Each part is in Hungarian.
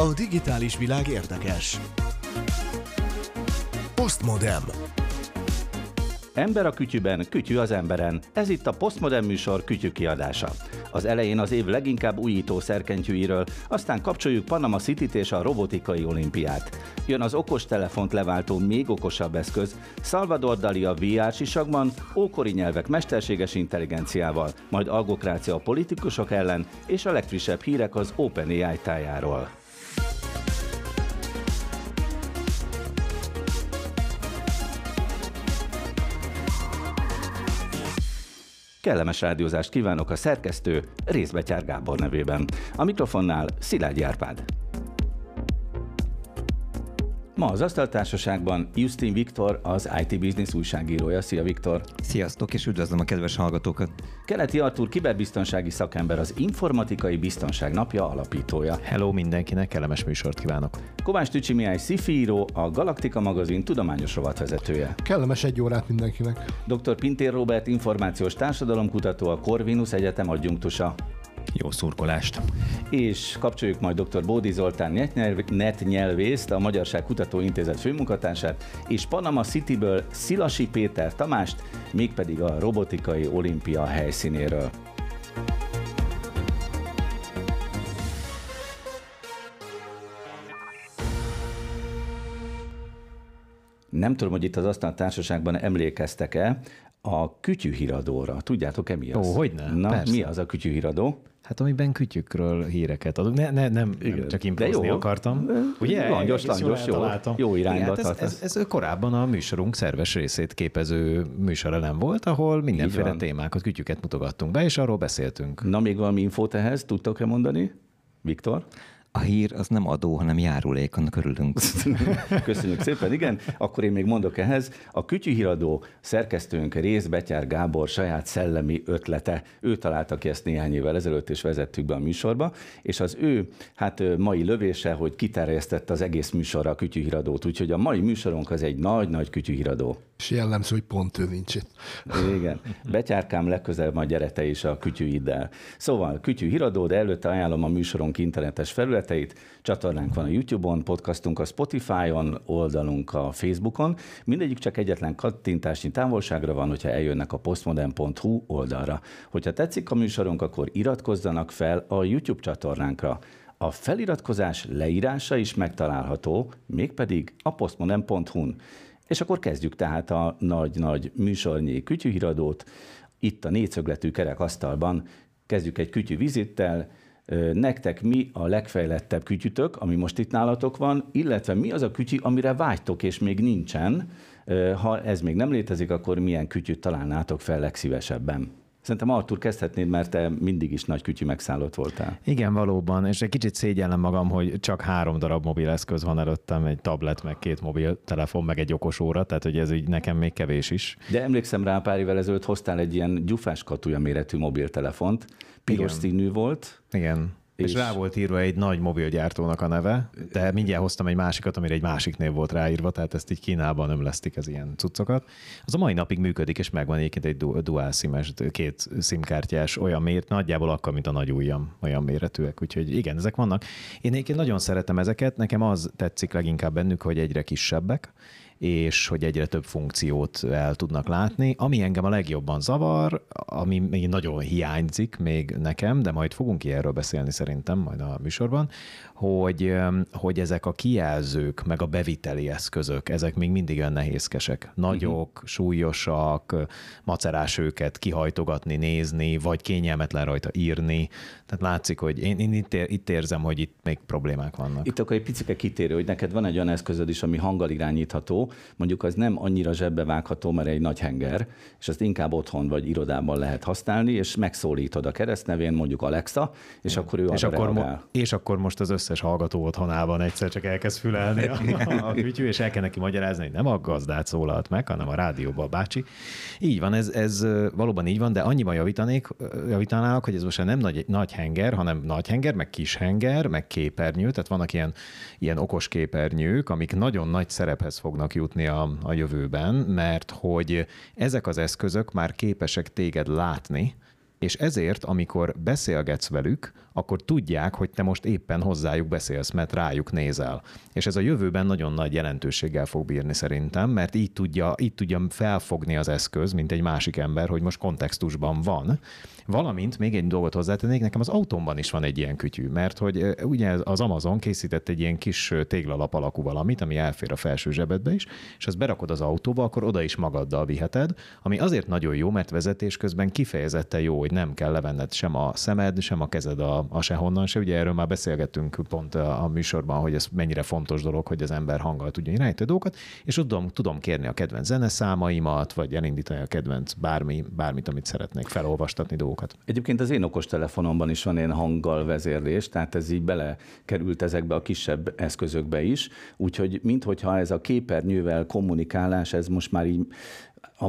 A digitális világ érdekes. Postmodem. Ember a kütyüben, kütyű az emberen. Ez itt a Postmodem műsor kütyű kiadása. Az elején az év leginkább újító szerkentyűiről, aztán kapcsoljuk Panama Cityt és a robotikai olimpiát. Jön az okostelefont leváltó még okosabb eszköz, Salvador Dali a VR sisakban, ókori nyelvek mesterséges intelligenciával, majd algokrácia a politikusok ellen, és a legfrissebb hírek az OpenAI tájáról. Kellemes rádiózást kívánok a szerkesztő Rézbetyár Gábor nevében. A mikrofonnál Szilágyi Árpád. Ma az Asztaltársaságban Justin Viktor, az IT Business újságírója. Szia Viktor! Sziasztok, és üdvözlöm a kedves hallgatókat! Keleti Artúr, kiberbiztonsági szakember, az Informatikai Biztonság Napja alapítója. Hello mindenkinek, kellemes műsort kívánok! Kovács Tücsi Mihály sci-fi író, a Galaktika magazin tudományos rovatvezetője. Kellemes egy órát mindenkinek! Dr. Pintér Róbert, információs társadalomkutató, a Corvinus Egyetem adjunktusa. Jó szurkolást! És kapcsoljuk majd dr. Bódi Zoltán netnyelvészt, a Magyarság Kutató Intézet főmunkatársát, és Panama Cityből Szilasi Péter Tamást, mégpedig a robotikai olimpia helyszínéről. Nem tudom, hogy itt az Asztaltársaságban emlékeztek-e a kütyűhíradóra. Tudjátok-e mi az? Ó, hogyne? Na, persze. Mi az a kütyűhíradó? Hát amiben kütyükről híreket adunk. Nem csak improzni akartam. Ugye? Langyos, jó irányba hát ez korábban a műsorunk szerves részét képező műsorelem volt, ahol mindenféle témákat, kütyüket mutogattunk be, és arról beszéltünk. Na, még valami infót ehhez tudtok-e mondani? Viktor? A hír az nem adó, hanem járulék, annak örülünk. Köszönjük szépen, igen. Akkor én még mondok ehhez. A kütyűhíradó szerkesztőnk Rézbetyár Gábor saját szellemi ötlete. Ő találta ki ezt néhány évvel ezelőtt, és vezettük be a műsorba, és az ő mai lövése, hogy kiterjesztette az egész műsorra a kütyűhíradót, úgyhogy a mai műsorunk az egy nagy-nagy kütyűhíradó. És jellemző, hogy pont ő nincs itt. Igen. Betyárkám, legközelebb majd gyere te is a kütyűiddel. Szóval kütyűhíradó, de előtte ajánlom a műsorunk internetes felületeit. Csatornánk van a YouTube-on, podcastunk a Spotify-on, oldalunk a Facebookon. Mindegyik csak egyetlen kattintásnyi távolságra van, hogyha eljönnek a postmodern.hu oldalra. Hogyha tetszik a műsorunk, akkor iratkozzanak fel a YouTube csatornánkra. A feliratkozás leírása is megtalálható, mégpedig a postmodern.hu-n. És akkor kezdjük tehát a nagy-nagy műsornyi kütyűhíradót. Itt a négyszögletű kerekasztalban kezdjük egy kütyűvizittel. Nektek mi a legfejlettebb kütyütök, ami most itt nálatok van, illetve mi az a kütyű, amire vágytok és még nincsen? Ha ez még nem létezik, akkor milyen kütyüt találnátok fel legszívesebben? Szerintem Artúr kezdhetnéd, mert te mindig is nagy kütyű megszállott voltál. Igen, valóban, és egy kicsit szégyellem magam, hogy csak 3 darab mobileszköz van előttem, egy tablet, meg 2 mobiltelefon, meg egy okosóra, tehát hogy ez így nekem még kevés is. De emlékszem rá, pár évvel ezelőtt hoztál egy ilyen gyufás katúja méretű mobiltelefont, piros színű volt. Igen. És rá volt írva egy nagy mobilgyártónak a neve, de mindjárt hoztam egy másikat, amire egy másik név volt ráírva, tehát ezt így Kínában ömlesztik az ilyen cuccokat. Az a mai napig működik, és megvan egyébként egy dual SIM-es, 2 SIM-kártyás olyan méret, nagyjából akkor, mint a nagy ujjam, olyan méretűek. Úgyhogy igen, ezek vannak. Én egyébként nagyon szeretem ezeket, nekem az tetszik leginkább bennük, hogy egyre kisebbek, és hogy egyre több funkciót el tudnak látni. Ami engem a legjobban zavar, ami még nagyon hiányzik még nekem, de majd fogunk erről beszélni szerintem majd a műsorban, hogy ezek a kijelzők, meg a beviteli eszközök, ezek még mindig olyan nehézkesek. Nagyok, súlyosak, macerás őket kihajtogatni, nézni, vagy kényelmetlen rajta írni. Tehát látszik, hogy én itt érzem, hogy itt még problémák vannak. Itt akkor egy picike kitérő, hogy neked van egy olyan eszközöd is, ami hanggal irányítható, mondjuk az nem annyira zsebbe vágható, mert egy nagy henger, és azt inkább otthon vagy irodában lehet használni, és megszólítod a keresztnevén, mondjuk Alexa, és akkor ő arra reagál. És akkor most az összes hallgató otthonában egyszer csak elkezd fülelni a kütyű, és el kell neki magyarázni, hogy nem a gazdát szólalt meg, hanem a rádióba a bácsi. Így van, ez valóban így van, de annyiban javítanálok, hogy ez most nem nagy henger, hanem nagy henger, meg kis henger, meg képernyő, tehát vannak ilyen okos képernyők, amik nagyon nagy szerephez fognak jutni a jövőben, mert hogy ezek az eszközök már képesek téged látni, És ezért, amikor beszélgetsz velük, akkor tudják, hogy te most éppen hozzájuk beszélsz, mert rájuk nézel. És ez a jövőben nagyon nagy jelentőséggel fog bírni szerintem, mert így tudja felfogni az eszköz, mint egy másik ember, hogy most kontextusban van. Valamint még egy dolgot hozzátennék, nekem az autómban is van egy ilyen kütyű, mert hogy ugye az Amazon készített egy ilyen kis téglalap alakú valamit, ami elfér a felső zsebedbe is, és azt berakod az autóba, akkor oda is magaddal viheted, ami azért nagyon jó, mert vezetés közben kifejezetten jó, hogy nem kell levenned sem a szemed, sem a kezed a sehonnan se. Ugye erről már beszélgettünk pont a műsorban, hogy ez mennyire fontos dolog, hogy az ember hanggal tudja irányítani dolgokat, és ott tudom kérni a kedvenc zeneszámaimat, vagy elindítani a kedvenc bármit, amit szeretnék felolvastatni dolgokat. Egyébként az én okostelefonomban is van ilyen hanggal vezérlés, tehát ez így belekerült ezekbe a kisebb eszközökbe is, úgyhogy minthogyha ez a képernyővel kommunikálás, ez most már így a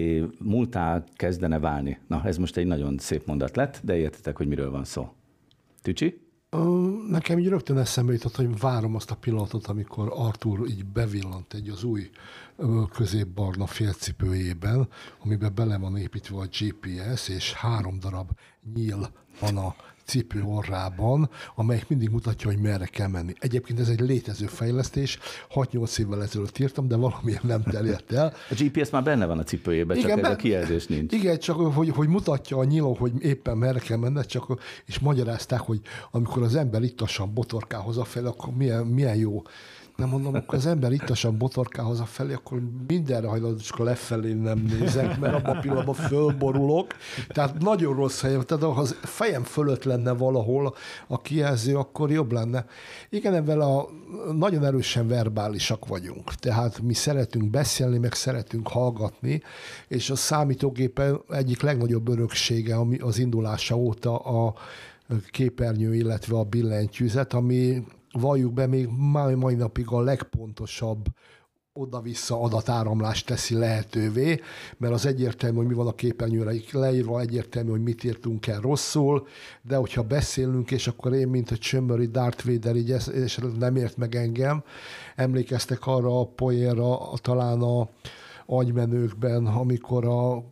múltá kezdene válni. Na, ez most egy nagyon szép mondat lett, de értitek, hogy miről van szó. Tücsi? Nekem így rögtön eszembe jutott, hogy várom azt a pillanatot, amikor Artur így bevillant az új középbarna félcipőjében, amiben bele van építve a GPS, és 3 darab nyíl van a cipő orrában, amelyik mindig mutatja, hogy merre kell menni. Egyébként ez egy létező fejlesztés, 6-8 évvel ezelőtt írtam, de valamiért nem terjedt el. A GPS már benne van a cipőjében, csak ez a kijelzés nincs. Igen, csak hogy mutatja a nyíló, hogy éppen merre kell menned, és magyarázták, hogy amikor az ember ittasan botorkál hazafelé, akkor milyen jó. Nem mondom, akkor az ember ittasan botorkál hazafelé, akkor mindenre hajlandó, csak lefelé nem nézek, mert abban a pillanatban fölborulok. Tehát nagyon rossz helyem. Tehát ha az fejem fölött lenne valahol a kijelző, akkor jobb lenne. Igen, ebben nagyon erősen verbálisak vagyunk. Tehát mi szeretünk beszélni, meg szeretünk hallgatni, és a számítógépen egyik legnagyobb öröksége, ami az indulása óta a képernyő, illetve a billentyűzet, ami valljuk be, még mai napig a legpontosabb oda-vissza adatáramlást teszi lehetővé, mert az egyértelmű, hogy mi van a képernyőre leírva, egyértelmű, hogy mit írtunk el rosszul, de hogyha beszélünk, és akkor én, mint a csömböri Darth Vader, így és nem ért meg engem, emlékeztek arra a poénra, talán a agymenőkben, amikor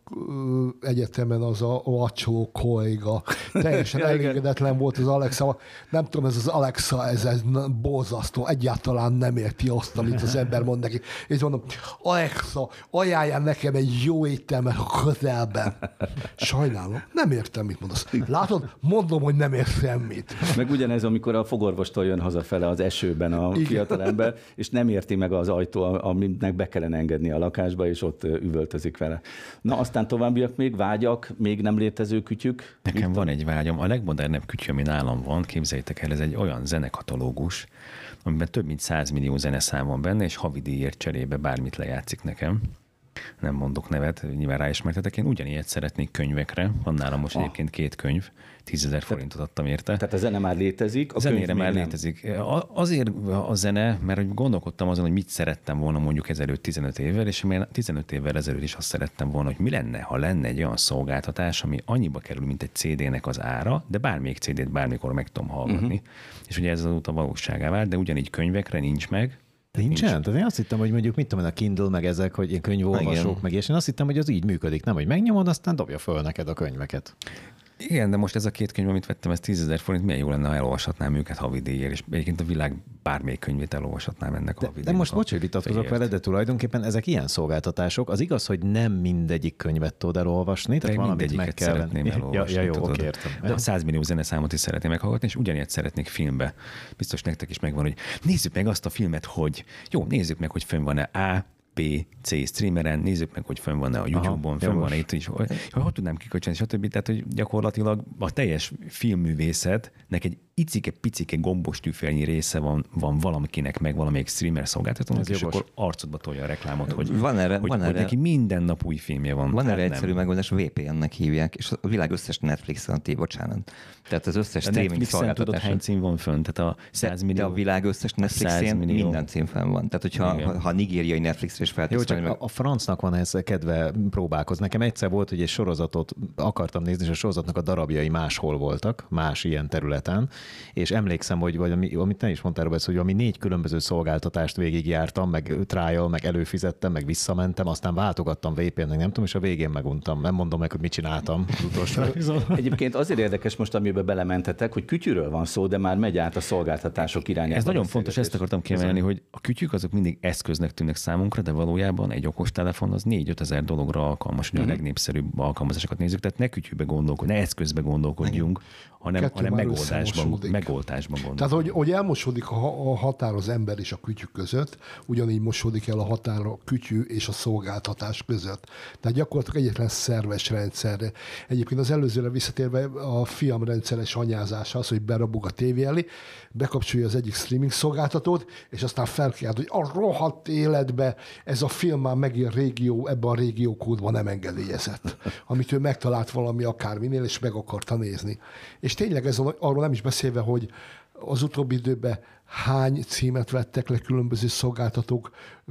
egyetemen az a vacsoló kolléga teljesen elégedetlen volt az Alexa. Nem tudom, ez az Alexa, ez borzasztó, egyáltalán nem érti azt, amit az ember mond neki. És mondom, Alexa, ajánljál nekem egy jó éttermet a közelben. Sajnálom, nem értem, mit mondasz. Látod? Mondom, hogy nem ért semmit. Meg ugyanez, amikor a fogorvostól jön hazafele az esőben a fiatalember, és nem érti meg az ajtó, aminek be kellene engedni a lakásba, és ott üvöltözik vele. Na, aztán továbbiak még, vágyak, még nem létező kütyük. Nekem van egy vágyam. A legmodernebb kütyű, ami nálam van, képzeljétek el, ez egy olyan zenekatalógus, amiben több mint 100 millió zeneszám van benne, és havidíjért cserébe bármit lejátszik nekem. Nem mondok nevet, nyilván ráismertetek. Én ugyanilyet szeretnék könyvekre. Van nálam most egyébként 2 könyv. 10 000 forintot adtam érte. Tehát a zene már létezik? A zenére már létezik. Azért a zene, mert gondolkodtam azon, hogy mit szerettem volna mondjuk ezelőtt 15 évvel, és én 15 évvel ezelőtt is azt szerettem volna, hogy mi lenne, ha lenne egy olyan szolgáltatás, ami annyiba kerül, mint egy CD-nek az ára, de bármelyik CD-t bármikor meg tudom hallgatni. És ugye ez azóta valóságá vált, de ugyanígy könyvekre nincs meg. Nincsen? Tehát én azt hittem, hogy mondjuk mit tudom, a Kindle, meg ezek, hogy ilyen könyvolvasók, meg és én azt hittem, hogy az így működik, nem, hogy megnyomod, aztán dobja föl neked a könyveket. Igen, de most ez a 2 könyv, amit vettem, ez 10 000 forint, milyen jó lenne, ha elolvashatnám őket havidíjért, és egyébként a világ bármelyik könyvét elolvashatnám ennek a havidíjért. De most bocs, hogy vitatkozok veled, de tulajdonképpen ezek ilyen szolgáltatások. Az igaz, hogy nem mindegyik könyvet tudod elolvasni, tehát valamit meg kell szeretném elolvasni. Jó, oké, értem. De a 100 millió zeneszámot is szeretném meghallgatni, és ugyanilyet szeretnék filmbe. Biztos nektek is megvan, hogy nézzük meg azt a filmet, hogy jó, nézzük meg, hogy fönn van-e A, B, C streameren, nézzük meg, hogy fönn van-e a YouTube-on, fönn van-e itt is, hogy tudnám kikölcsönni, stb. Tehát, hogy gyakorlatilag a teljes filmművészetnek egy icike-picike gombos tüfélnyi része van valamikinek, meg valamelyik streamer szolgáltatónak, és akkor arcodba tolja a reklámot, hogy neki minden nap új filmje van. Van erre egyszerű megoldás, VPN-nek hívják, és a világ összes Netflixen, bocsánat. Tehát az összes streaming szolgáltatás. Tudod, hány cím van fönn? Tehát a 100 millió. De a világ összes Netflixen minden cím fenn van. Tehát, hogyha nigériai Netflixre is feltétlenül. Jó, csak a francnak van ez kedve próbálkozni. Nekem egyszer volt, hogy egy sorozatot akartam nézni, és a sorozatnak a darabjai máshol voltak, más ilyen területen, és emlékszem, hogy amit te is mondtál, Robert, hogy ami 4 különböző szolgáltatást végigjártam, meg trial, meg előfizettem, meg visszamentem, aztán váltogattam VPN-nek, nem tudom, és a végén meguntam. Nem mondom meg, hogy mit csináltam az utolsó. Egyébként azért érdekes most, amiben belementetek, hogy kütyűről van szó, de már megy át a szolgáltatások irányába. Ez nagyon fontos, ezt akartam kiemelni, hogy a kütyük azok mindig eszköznek tűnnek számunkra, de valójában egy okostelefon az 4-5 ezer dologra alkalmas, hogy a legnépszerűbb alkalmazásokat nézzük, tehát ne kütyűbe gondolkodjunk, ne eszközbe gondolkodjunk, hanem megoldásban gondolkodjunk. Tehát, hogy elmosódik a határ az ember és a kütyű között, ugyanígy mosódik el a határ a kütyű és a szolgáltatás között. Tehát gyakorlatilag egyetlen szerves rendszerre. Egyébként az előzőre visszatérve a fiam rendszeres anyázása az, hogy berabog a tévé elé, bekapcsolja az egyik streaming szolgáltatót, és aztán felkiált, hogy a rohadt életbe ez a film már megint ebben a régiókódban nem engedélyezett, amit ő megtalált valami akárminél, és meg akarta nézni. És tényleg arról nem is beszélve, hogy az utóbbi időben hány címet vettek le különböző szolgáltatók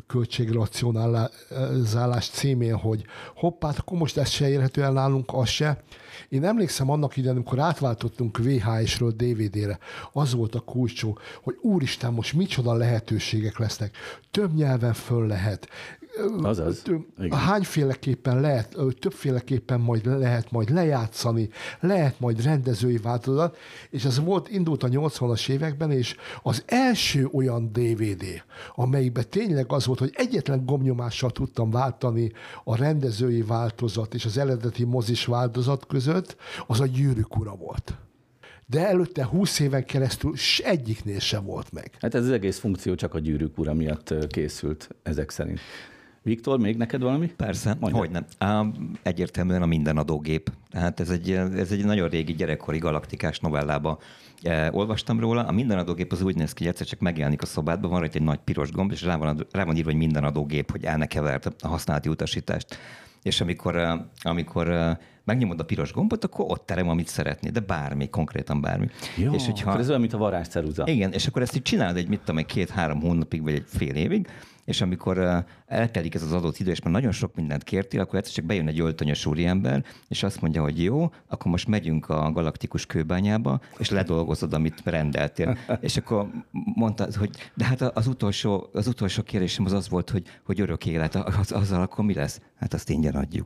költségracionalizálás címén, hogy hoppát, akkor most ez se érhető el nálunk, az se. Én emlékszem annak idején, amikor átváltottunk VHS-ről DVD-re, az volt a kulcsó, hogy úristen, most micsoda lehetőségek lesznek. Több nyelven föl lehet. Azaz. Hányféleképpen lehet, többféleképpen lehet majd lejátszani, lehet majd rendezői változat, és ez indult a 80-as években, és az első olyan DVD, amelyikben tényleg az volt, hogy egyetlen gombnyomással tudtam váltani a rendezői változat és az eredeti mozis változat között, az a Gyűrűk ura volt. De előtte 20 éven keresztül egyiknél sem volt meg. Hát ez az egész funkció csak a Gyűrűk ura miatt készült ezek szerint. Viktor, még neked valami? Persze, hogyne. Egyértelműen a mindenadógép. Tehát ez egy nagyon régi gyerekkori galaktikás novellába olvastam róla. A mindenadógép az úgy néz ki, hogy egyszer csak megjelenik a szobádban, van rajta egy nagy piros gomb, és rá van írva, hogy mindenadógép, hogy el ne kevert a használati utasítást. És amikor megnyomod a piros gombot, akkor ott terem, amit szeretnél, de bármi, konkrétan bármi. Jó, és hogyha, ez olyan, mint a varázsceruza. Igen, és akkor ezt így csinálod egy, 2-3 hónapig, vagy egy fél évig, és amikor eltelik ez az adott idő, és már nagyon sok mindent kértél, akkor egyszer csak bejön egy öltönyös úriember, és azt mondja, hogy jó, akkor most megyünk a galaktikus kőbányába, és ledolgozod, amit rendeltél. És akkor mondtad, hogy de hát az utolsó kérésem az volt, hogy örök élet, azzal akkor mi lesz? Hát azt ingyen adjuk.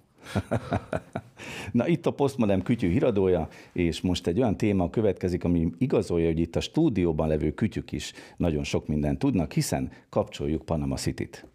Na, itt a Postmodern kütyű híradója, és most egy olyan téma következik, ami igazolja, hogy itt a stúdióban levő kütyük is nagyon sok mindent tudnak, hiszen kapcsoljuk Panama City-t.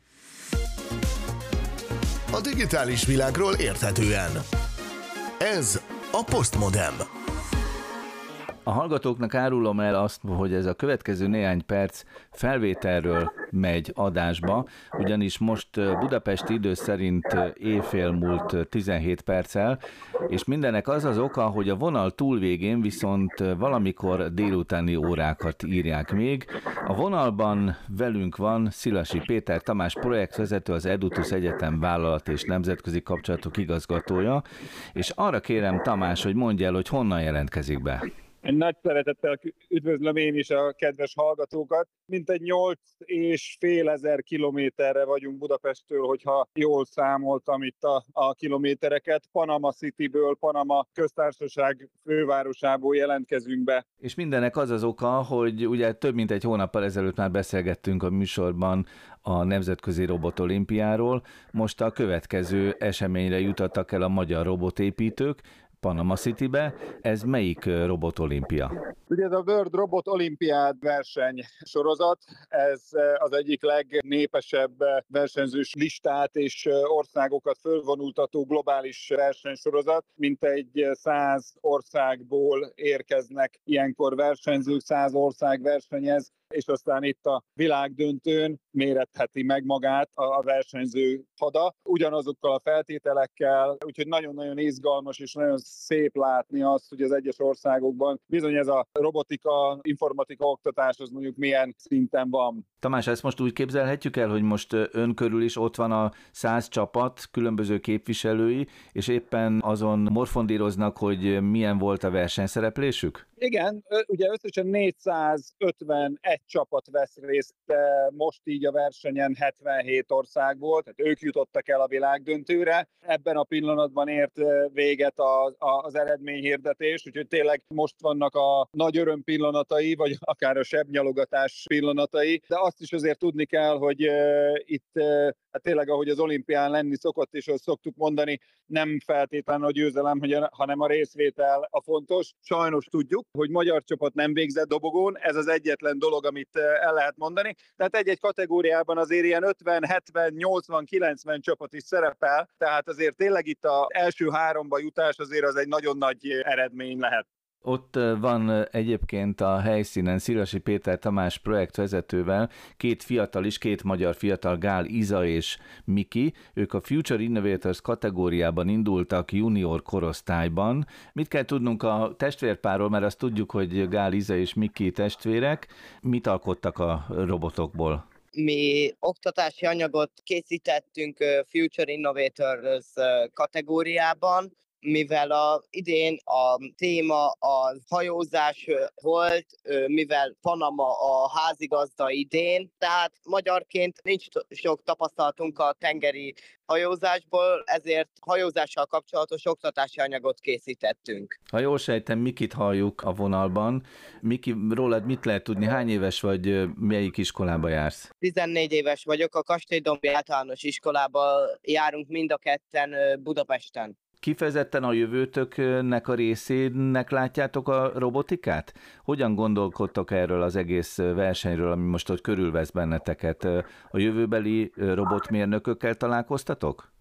A digitális világról érthetően. Ez a Postmodern. A hallgatóknak árulom el azt, hogy ez a következő néhány perc felvételről megy adásba, ugyanis most budapesti idő szerint éjfél múlt 17 perccel, és mindenek az az oka, hogy a vonal túlvégén viszont valamikor délutáni órákat írják még. A vonalban velünk van Szilasi Péter Tamás projektvezető, az Edutus Egyetem vállalat és nemzetközi kapcsolatok igazgatója, és arra kérem Tamás, hogy mondja el, hogy honnan jelentkezik be. Egy nagy szeretettel üdvözlöm én is a kedves hallgatókat. Mintegy 8,5 kilométerre vagyunk Budapesttől, hogyha jól számoltam itt a kilométereket. Panama Cityből, Panama köztársaság fővárosából jelentkezünk be. És mindenek az az oka, hogy ugye több mint egy hónappal ezelőtt már beszélgettünk a műsorban a Nemzetközi Robotolimpiáról. Most a következő eseményre jutottak el a magyar robotépítők, Panama Citybe. Ez melyik robotolimpia? Ugye ez a World Robot Olympiád verseny sorozat, ez az egyik legnépesebb versenyzős listát és országokat fölvonultató globális versenysorozat. Mintegy 100 országból érkeznek ilyenkor versenyzők, 100 ország versenyez, és aztán itt a világdöntőn méretheti meg magát a versenyző hada, ugyanazokkal a feltételekkel, úgyhogy nagyon-nagyon izgalmas és nagyon szép látni azt, hogy az egyes országokban bizony ez a robotika, informatika oktatás az mondjuk milyen szinten van. Tamás, ezt most úgy képzelhetjük el, hogy most ön körül is ott van a 100 csapat, különböző képviselői, és éppen azon morfondíroznak, hogy milyen volt a versenyszereplésük? Igen, ugye összesen 451 csapat vesz részt most így a versenyen 77 országból, tehát ők jutottak el a világdöntőre. Ebben a pillanatban ért véget az eredményhirdetés, úgyhogy tényleg most vannak a nagy öröm pillanatai, vagy akár a sebnyalogatás pillanatai, de azt is azért tudni kell, hogy itt hát tényleg, ahogy az olimpián lenni szokott, és azt szoktuk mondani, nem feltétlenül a győzelem, hanem a részvétel a fontos. Sajnos tudjuk, hogy magyar csapat nem végzett dobogón, ez az egyetlen dolog, amit el lehet mondani. Tehát egy-egy kategóriában azért ilyen 50, 70, 80, 90 csapat is szerepel, tehát azért tényleg itt az első háromba jutás azért az egy nagyon nagy eredmény lehet. Ott van egyébként a helyszínen Szilasi Péter Tamás projektvezetővel két magyar fiatal, Gál Iza és Miki. Ők a Future Innovators kategóriában indultak junior korosztályban. Mit kell tudnunk a testvérpárról, mert azt tudjuk, hogy Gál Iza és Miki testvérek. Mit alkottak a robotokból? Mi oktatási anyagot készítettünk Future Innovators kategóriában, mivel idén a téma a hajózás volt, mivel Panama a házigazda idén, tehát magyarként nincs sok tapasztalatunk a tengeri hajózásból, ezért hajózással kapcsolatos oktatási anyagot készítettünk. Ha jól sejtem, Mikit halljuk a vonalban. Miki, rólad mit lehet tudni? Hány éves vagy, melyik iskolába jársz? 14 éves vagyok, a Kastélydombi általános iskolába járunk mind a ketten Budapesten. Kifejezetten a jövőtöknek a részének látjátok a robotikát? Hogyan gondolkodtok erről az egész versenyről, ami most ott körülvesz benneteket? A jövőbeli robotmérnökökkel találkoztatok?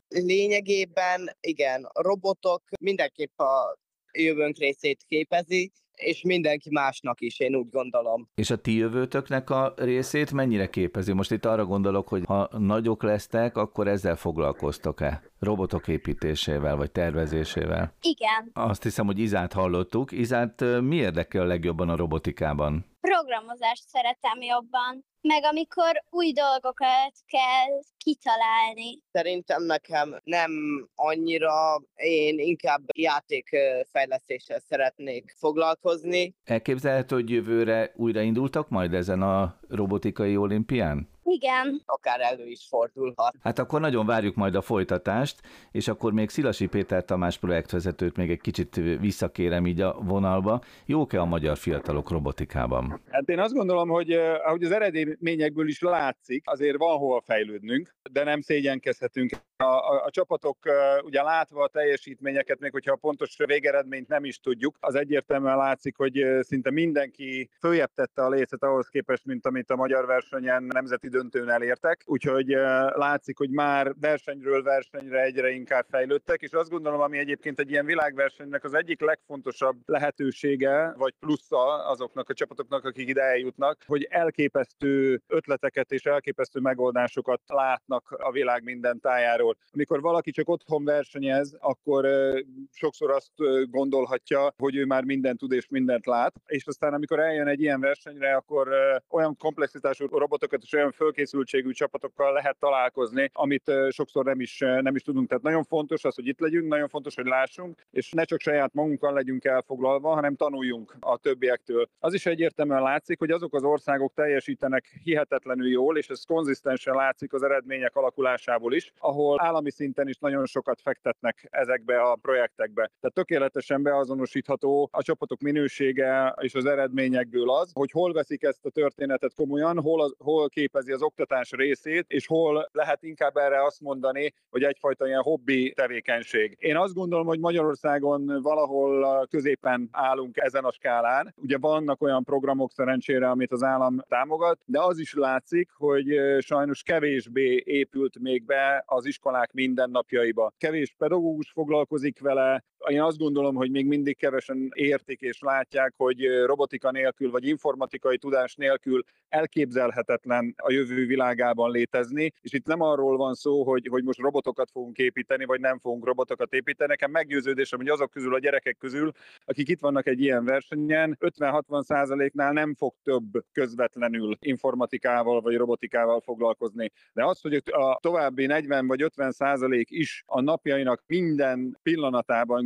Lényegében igen, a robotok mindenképp a jövőnk részét képezi, és mindenki másnak is, én úgy gondolom. És a ti jövőtöknek a részét mennyire képezi? Most itt arra gondolok, hogy ha nagyok lesztek, akkor ezzel foglalkoztok-e? Robotok építésével, vagy tervezésével? Igen. Azt hiszem, hogy Izát hallottuk. Izát mi érdekel a legjobban a robotikában? Programozást szeretem jobban, meg amikor új dolgokat kell kitalálni. Szerintem nekem nem annyira, én inkább játékfejlesztéssel szeretnék foglalkozni. Elképzelhető, hogy jövőre újraindultak majd ezen a robotikai olimpián? Igen. Akár elő is fordulhat. Hát akkor nagyon várjuk majd a folytatást, és akkor még Szilasi Péter Tamás projektvezetőt még egy kicsit visszakérem így a vonalba. Jók-e a magyar fiatalok robotikában? Hát én azt gondolom, hogy ahogy az eredményekből is látszik, azért van hol fejlődnünk, de nem szégyenkezhetünk. A csapatok ugye látva a teljesítményeket, még hogyha a pontos végeredményt nem is tudjuk, az egyértelműen látszik, hogy szinte mindenki följebb tette a lécet ahhoz képest, mint amit a magyar versenyen nemzeti döntőn elértek. Úgyhogy látszik, hogy már versenyről versenyre egyre inkább fejlődtek, és azt gondolom, ami egyébként egy ilyen világversenynek az egyik legfontosabb lehetősége, vagy plusza azoknak a csapatoknak, akik ide eljutnak, hogy elképesztő ötleteket és elképesztő megoldásokat látnak a világ minden tájáról. Amikor valaki csak otthon versenyez, akkor sokszor azt gondolhatja, hogy ő már mindent tud és mindent lát, és aztán amikor eljön egy ilyen versenyre, akkor olyan komplexitású robotokat és olyan fölkészültségű csapatokkal lehet találkozni, amit sokszor nem is tudunk. Tehát nagyon fontos az, hogy itt legyünk, nagyon fontos, hogy lássunk, és ne csak saját magunkkal legyünk elfoglalva, hanem tanuljunk a többiektől. Az is egyértelműen látszik, hogy azok az országok teljesítenek hihetetlenül jól, és ez konzisztensen látszik az eredmények alakulásából is, ahol állami szinten is nagyon sokat fektetnek ezekbe a projektekbe. Tehát tökéletesen beazonosítható a csapatok minősége és az eredményekből az, hogy hol veszik ezt a történetet komolyan, hol képezi az oktatás részét, és hol lehet inkább erre azt mondani, hogy egyfajta ilyen hobbi tevékenység. Én azt gondolom, hogy Magyarországon valahol középen állunk ezen a skálán. Ugye vannak olyan programok szerencsére, amit az állam támogat, de az is látszik, hogy sajnos kevésbé épült még be az iskolák mindennapjaiba. Kevés pedagógus foglalkozik vele. Én azt gondolom, hogy még mindig kevesen értik és látják, hogy robotika nélkül vagy informatikai tudás nélkül elképzelhetetlen a jövő világában létezni, és itt nem arról van szó, hogy most robotokat fogunk építeni, vagy nem fogunk robotokat építeni. Nekem meggyőződésem, hogy azok közül, a gyerekek közül, akik itt vannak egy ilyen versenyen, 50-60%-nál nem fog több közvetlenül informatikával vagy robotikával foglalkozni. De az, hogy a további 40 vagy 50% is a napjainak minden pillanatában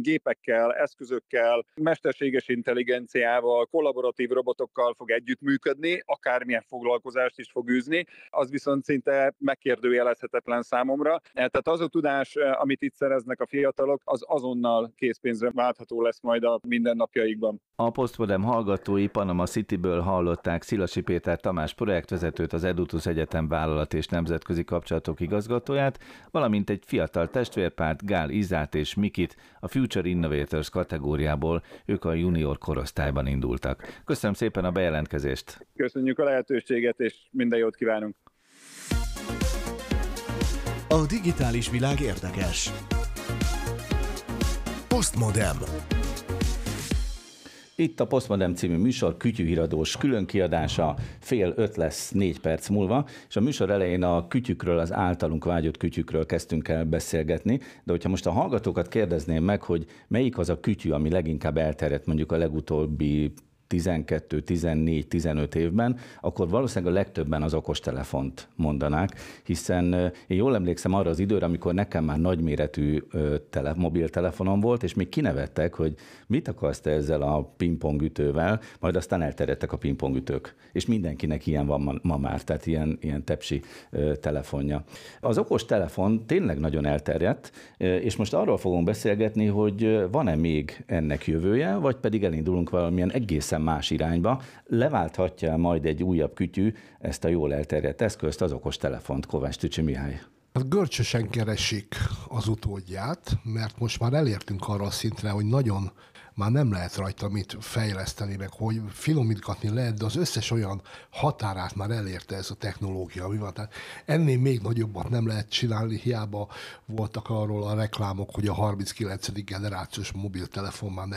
gépekkel, eszközökkel, mesterséges intelligenciával, kollaboratív robotokkal fog együttműködni, akármilyen foglalkozást is fog űzni, az viszont szinte megkérdőjelezhetetlen számomra. Tehát az a tudás, amit itt szereznek a fiatalok, az azonnal készpénzre váltható lesz majd a mindennapjaikban. A Postmodern hallgatói Panama Cityből hallották Szilasi Péter Tamás projektvezetőt, az Edutus Egyetem vállalat és nemzetközi kapcsolatok igazgatóját, valamint egy fiatal testvérpárt, Gál Izát és Mikit a Future Innovators kategóriából, ők a junior korosztályban indultak. Köszönöm szépen a bejelentkezést! Köszönjük a lehetőséget, és minden jót kívánunk! A digitális világ érdekes. Postmodern. Itt a Postmodern című műsor kütyűhíradós különkiadása, 4:30 lesz 4 perc múlva, és a műsor elején a kütyükről, az általunk vágyott kütyükről kezdtünk el beszélgetni, de hogyha most a hallgatókat kérdezném meg, hogy melyik az a kütyű, ami leginkább elterjedt mondjuk a legutóbbi 12, 14, 15 évben, akkor valószínűleg a legtöbben az okostelefont mondanák, hiszen én jól emlékszem arra az időre, amikor nekem már nagyméretű mobiltelefonom volt, és még kinevettek, hogy mit akarsz te ezzel a pingpongütővel, majd aztán elterjedtek a pingpongütők. És mindenkinek ilyen van ma már, tehát ilyen tepsi telefonja. Az okostelefon tényleg nagyon elterjedt, és most arról fogunk beszélgetni, hogy van-e még ennek jövője, vagy pedig elindulunk valamilyen egészen más irányba, leválthatja majd egy újabb kütyű ezt a jól elterjedt eszközt, az okostelefont. Kovács Tücsi Mihály. Görcsösen keresik az utódját, mert most már elértünk arra a szintre, hogy nagyon már nem lehet rajta mit fejleszteni, meg hogy finomítgatni lehet, de az összes olyan határát már elérte ez a technológia, ami van. Tehát ennél még nagyobbat nem lehet csinálni, hiába voltak arról a reklámok, hogy a 39. generációs mobiltelefon már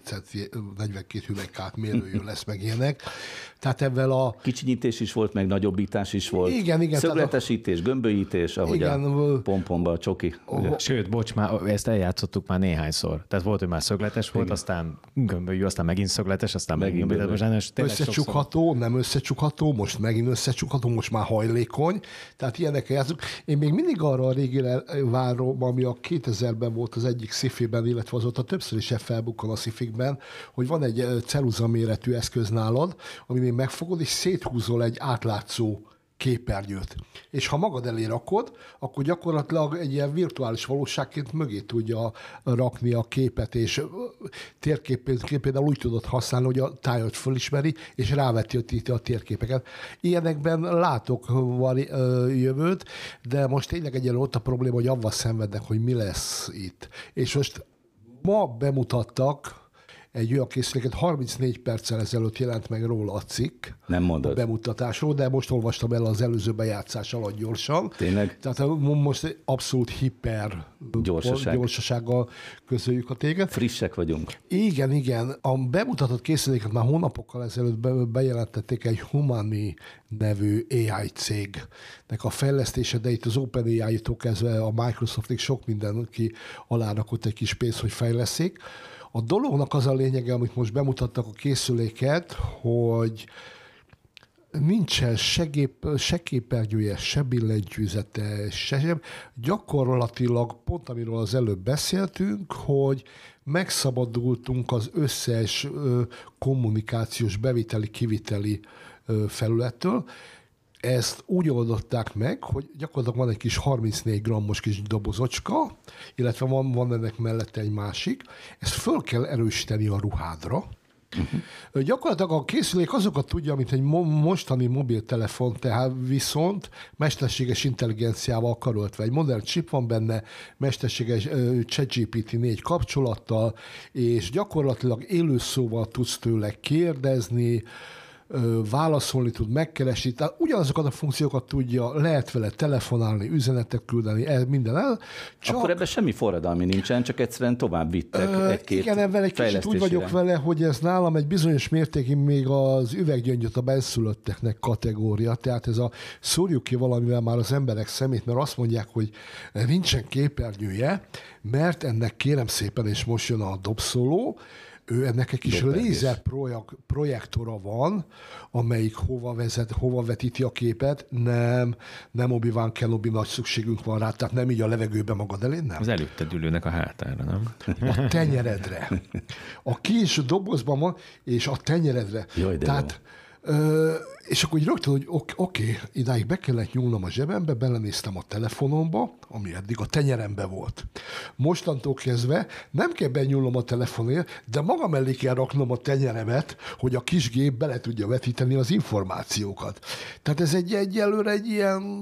42 hüvelykát mérőjű lesz, meg ilyenek. Tehát ebben a... Kicsinyítés is volt, meg nagyobbítás is volt. Igen. Szögletesítés, gömbölyítés, ahogy igen, a pomponba a csoki. Sőt, bocs, már ezt eljátszottuk már néhányszor. Tehát volt, hogy már szögletes volt, aztán gömbölyű, aztán megint szögletes, aztán megint gömbölyű. Összecsukható, nem összecsukható, most megint összecsukható, most már hajlékony. Tehát ilyenekkel játszunk. Én még mindig arra a régire várom, ami a 2000-ben volt az egyik sci-fiben, illetve azóta többször is felbukkan a sci-fikben, hogy van egy ceruza méretű eszköz nálad, amin megfogod, és széthúzol egy átlátszó képernyőt. És ha magad elé rakod, akkor gyakorlatilag egy ilyen virtuális valóságként mögé tudja rakni a képet, és térképét például úgy tudod használni, hogy a tájat fölismeri, és ráveti a térképeket. Ilyenekben látok jövőt, de most tényleg egyelőre ott a probléma, hogy avval szenvednek, hogy mi lesz itt. És most ma bemutattak egy olyan készüléket, 34 perccel ezelőtt jelent meg róla a cikk. Nem mondod. A bemutatásról, de most olvastam el az előző bejátszás alatt gyorsan. Tényleg? Tehát most abszolút hiper gyorsasággal közöljük a téged. Frissek vagyunk. Igen. A bemutatott készüléket már hónapokkal ezelőtt bejelentették egy Humani nevű AI cégnek a fejlesztése, de itt az OpenAI-tól kezdve a Microsoftig sok mindenki alárakott egy kis pénzt, hogy fejleszik. A dolognak az a lényege, amit most bemutattak a készüléket, hogy nincsen se képernyője, se billentyűzete, se gyakorlatilag pont amiről az előbb beszéltünk, hogy megszabadultunk az összes kommunikációs beviteli-kiviteli felülettől. Ezt úgy oldották meg, hogy gyakorlatilag van egy kis 34 grammos kis dobozocska, illetve van ennek mellette egy másik. Ezt föl kell erősíteni a ruhádra. Gyakorlatilag a készülék azokat tudja, mint egy mostani mobiltelefon, tehát viszont mesterséges intelligenciával karöltve. Egy modern chip van benne, mesterséges ChatGPT 4 kapcsolattal, és gyakorlatilag élőszóval tudsz tőle kérdezni, válaszolni tud, megkeresni, tehát ugyanazokat a funkciókat tudja, lehet vele telefonálni, üzenetet küldeni, minden el. Csak... Akkor ebben semmi forradalmi nincsen, csak egyszerűen tovább vittek egy-két igen, ebben egy kicsit úgy vagyok vele, hogy ez nálam egy bizonyos mértékig még az üveggyöngyöt a benszülötteknek kategória, tehát ez a szúrjuk ki valamivel már az emberek szemét, mert azt mondják, hogy nincsen képernyője, mert ennek kérem szépen, és most jön a dobszóló, ennek egy kis lézer projektora van, amelyik hova vetíti a képet. Nem Obi-Wan Kenobi, nagy szükségünk van rá, tehát nem így a levegőbe magad elé, nem. Az előtted ülőnek a hátára, nem? A tenyeredre. A kis dobozban van, és a tenyeredre. Jaj, de tehát, és akkor így rögtön, hogy oké, idáig be kellett nyúlnom a zsebembe, belenéztem a telefonomba, ami eddig a tenyerembe volt. Mostantól kezdve nem kell benyúlnom a telefonért, de magam elé kell raknom a tenyeremet, hogy a kis gép bele tudja vetíteni az információkat. Tehát ez egyelőre egy ilyen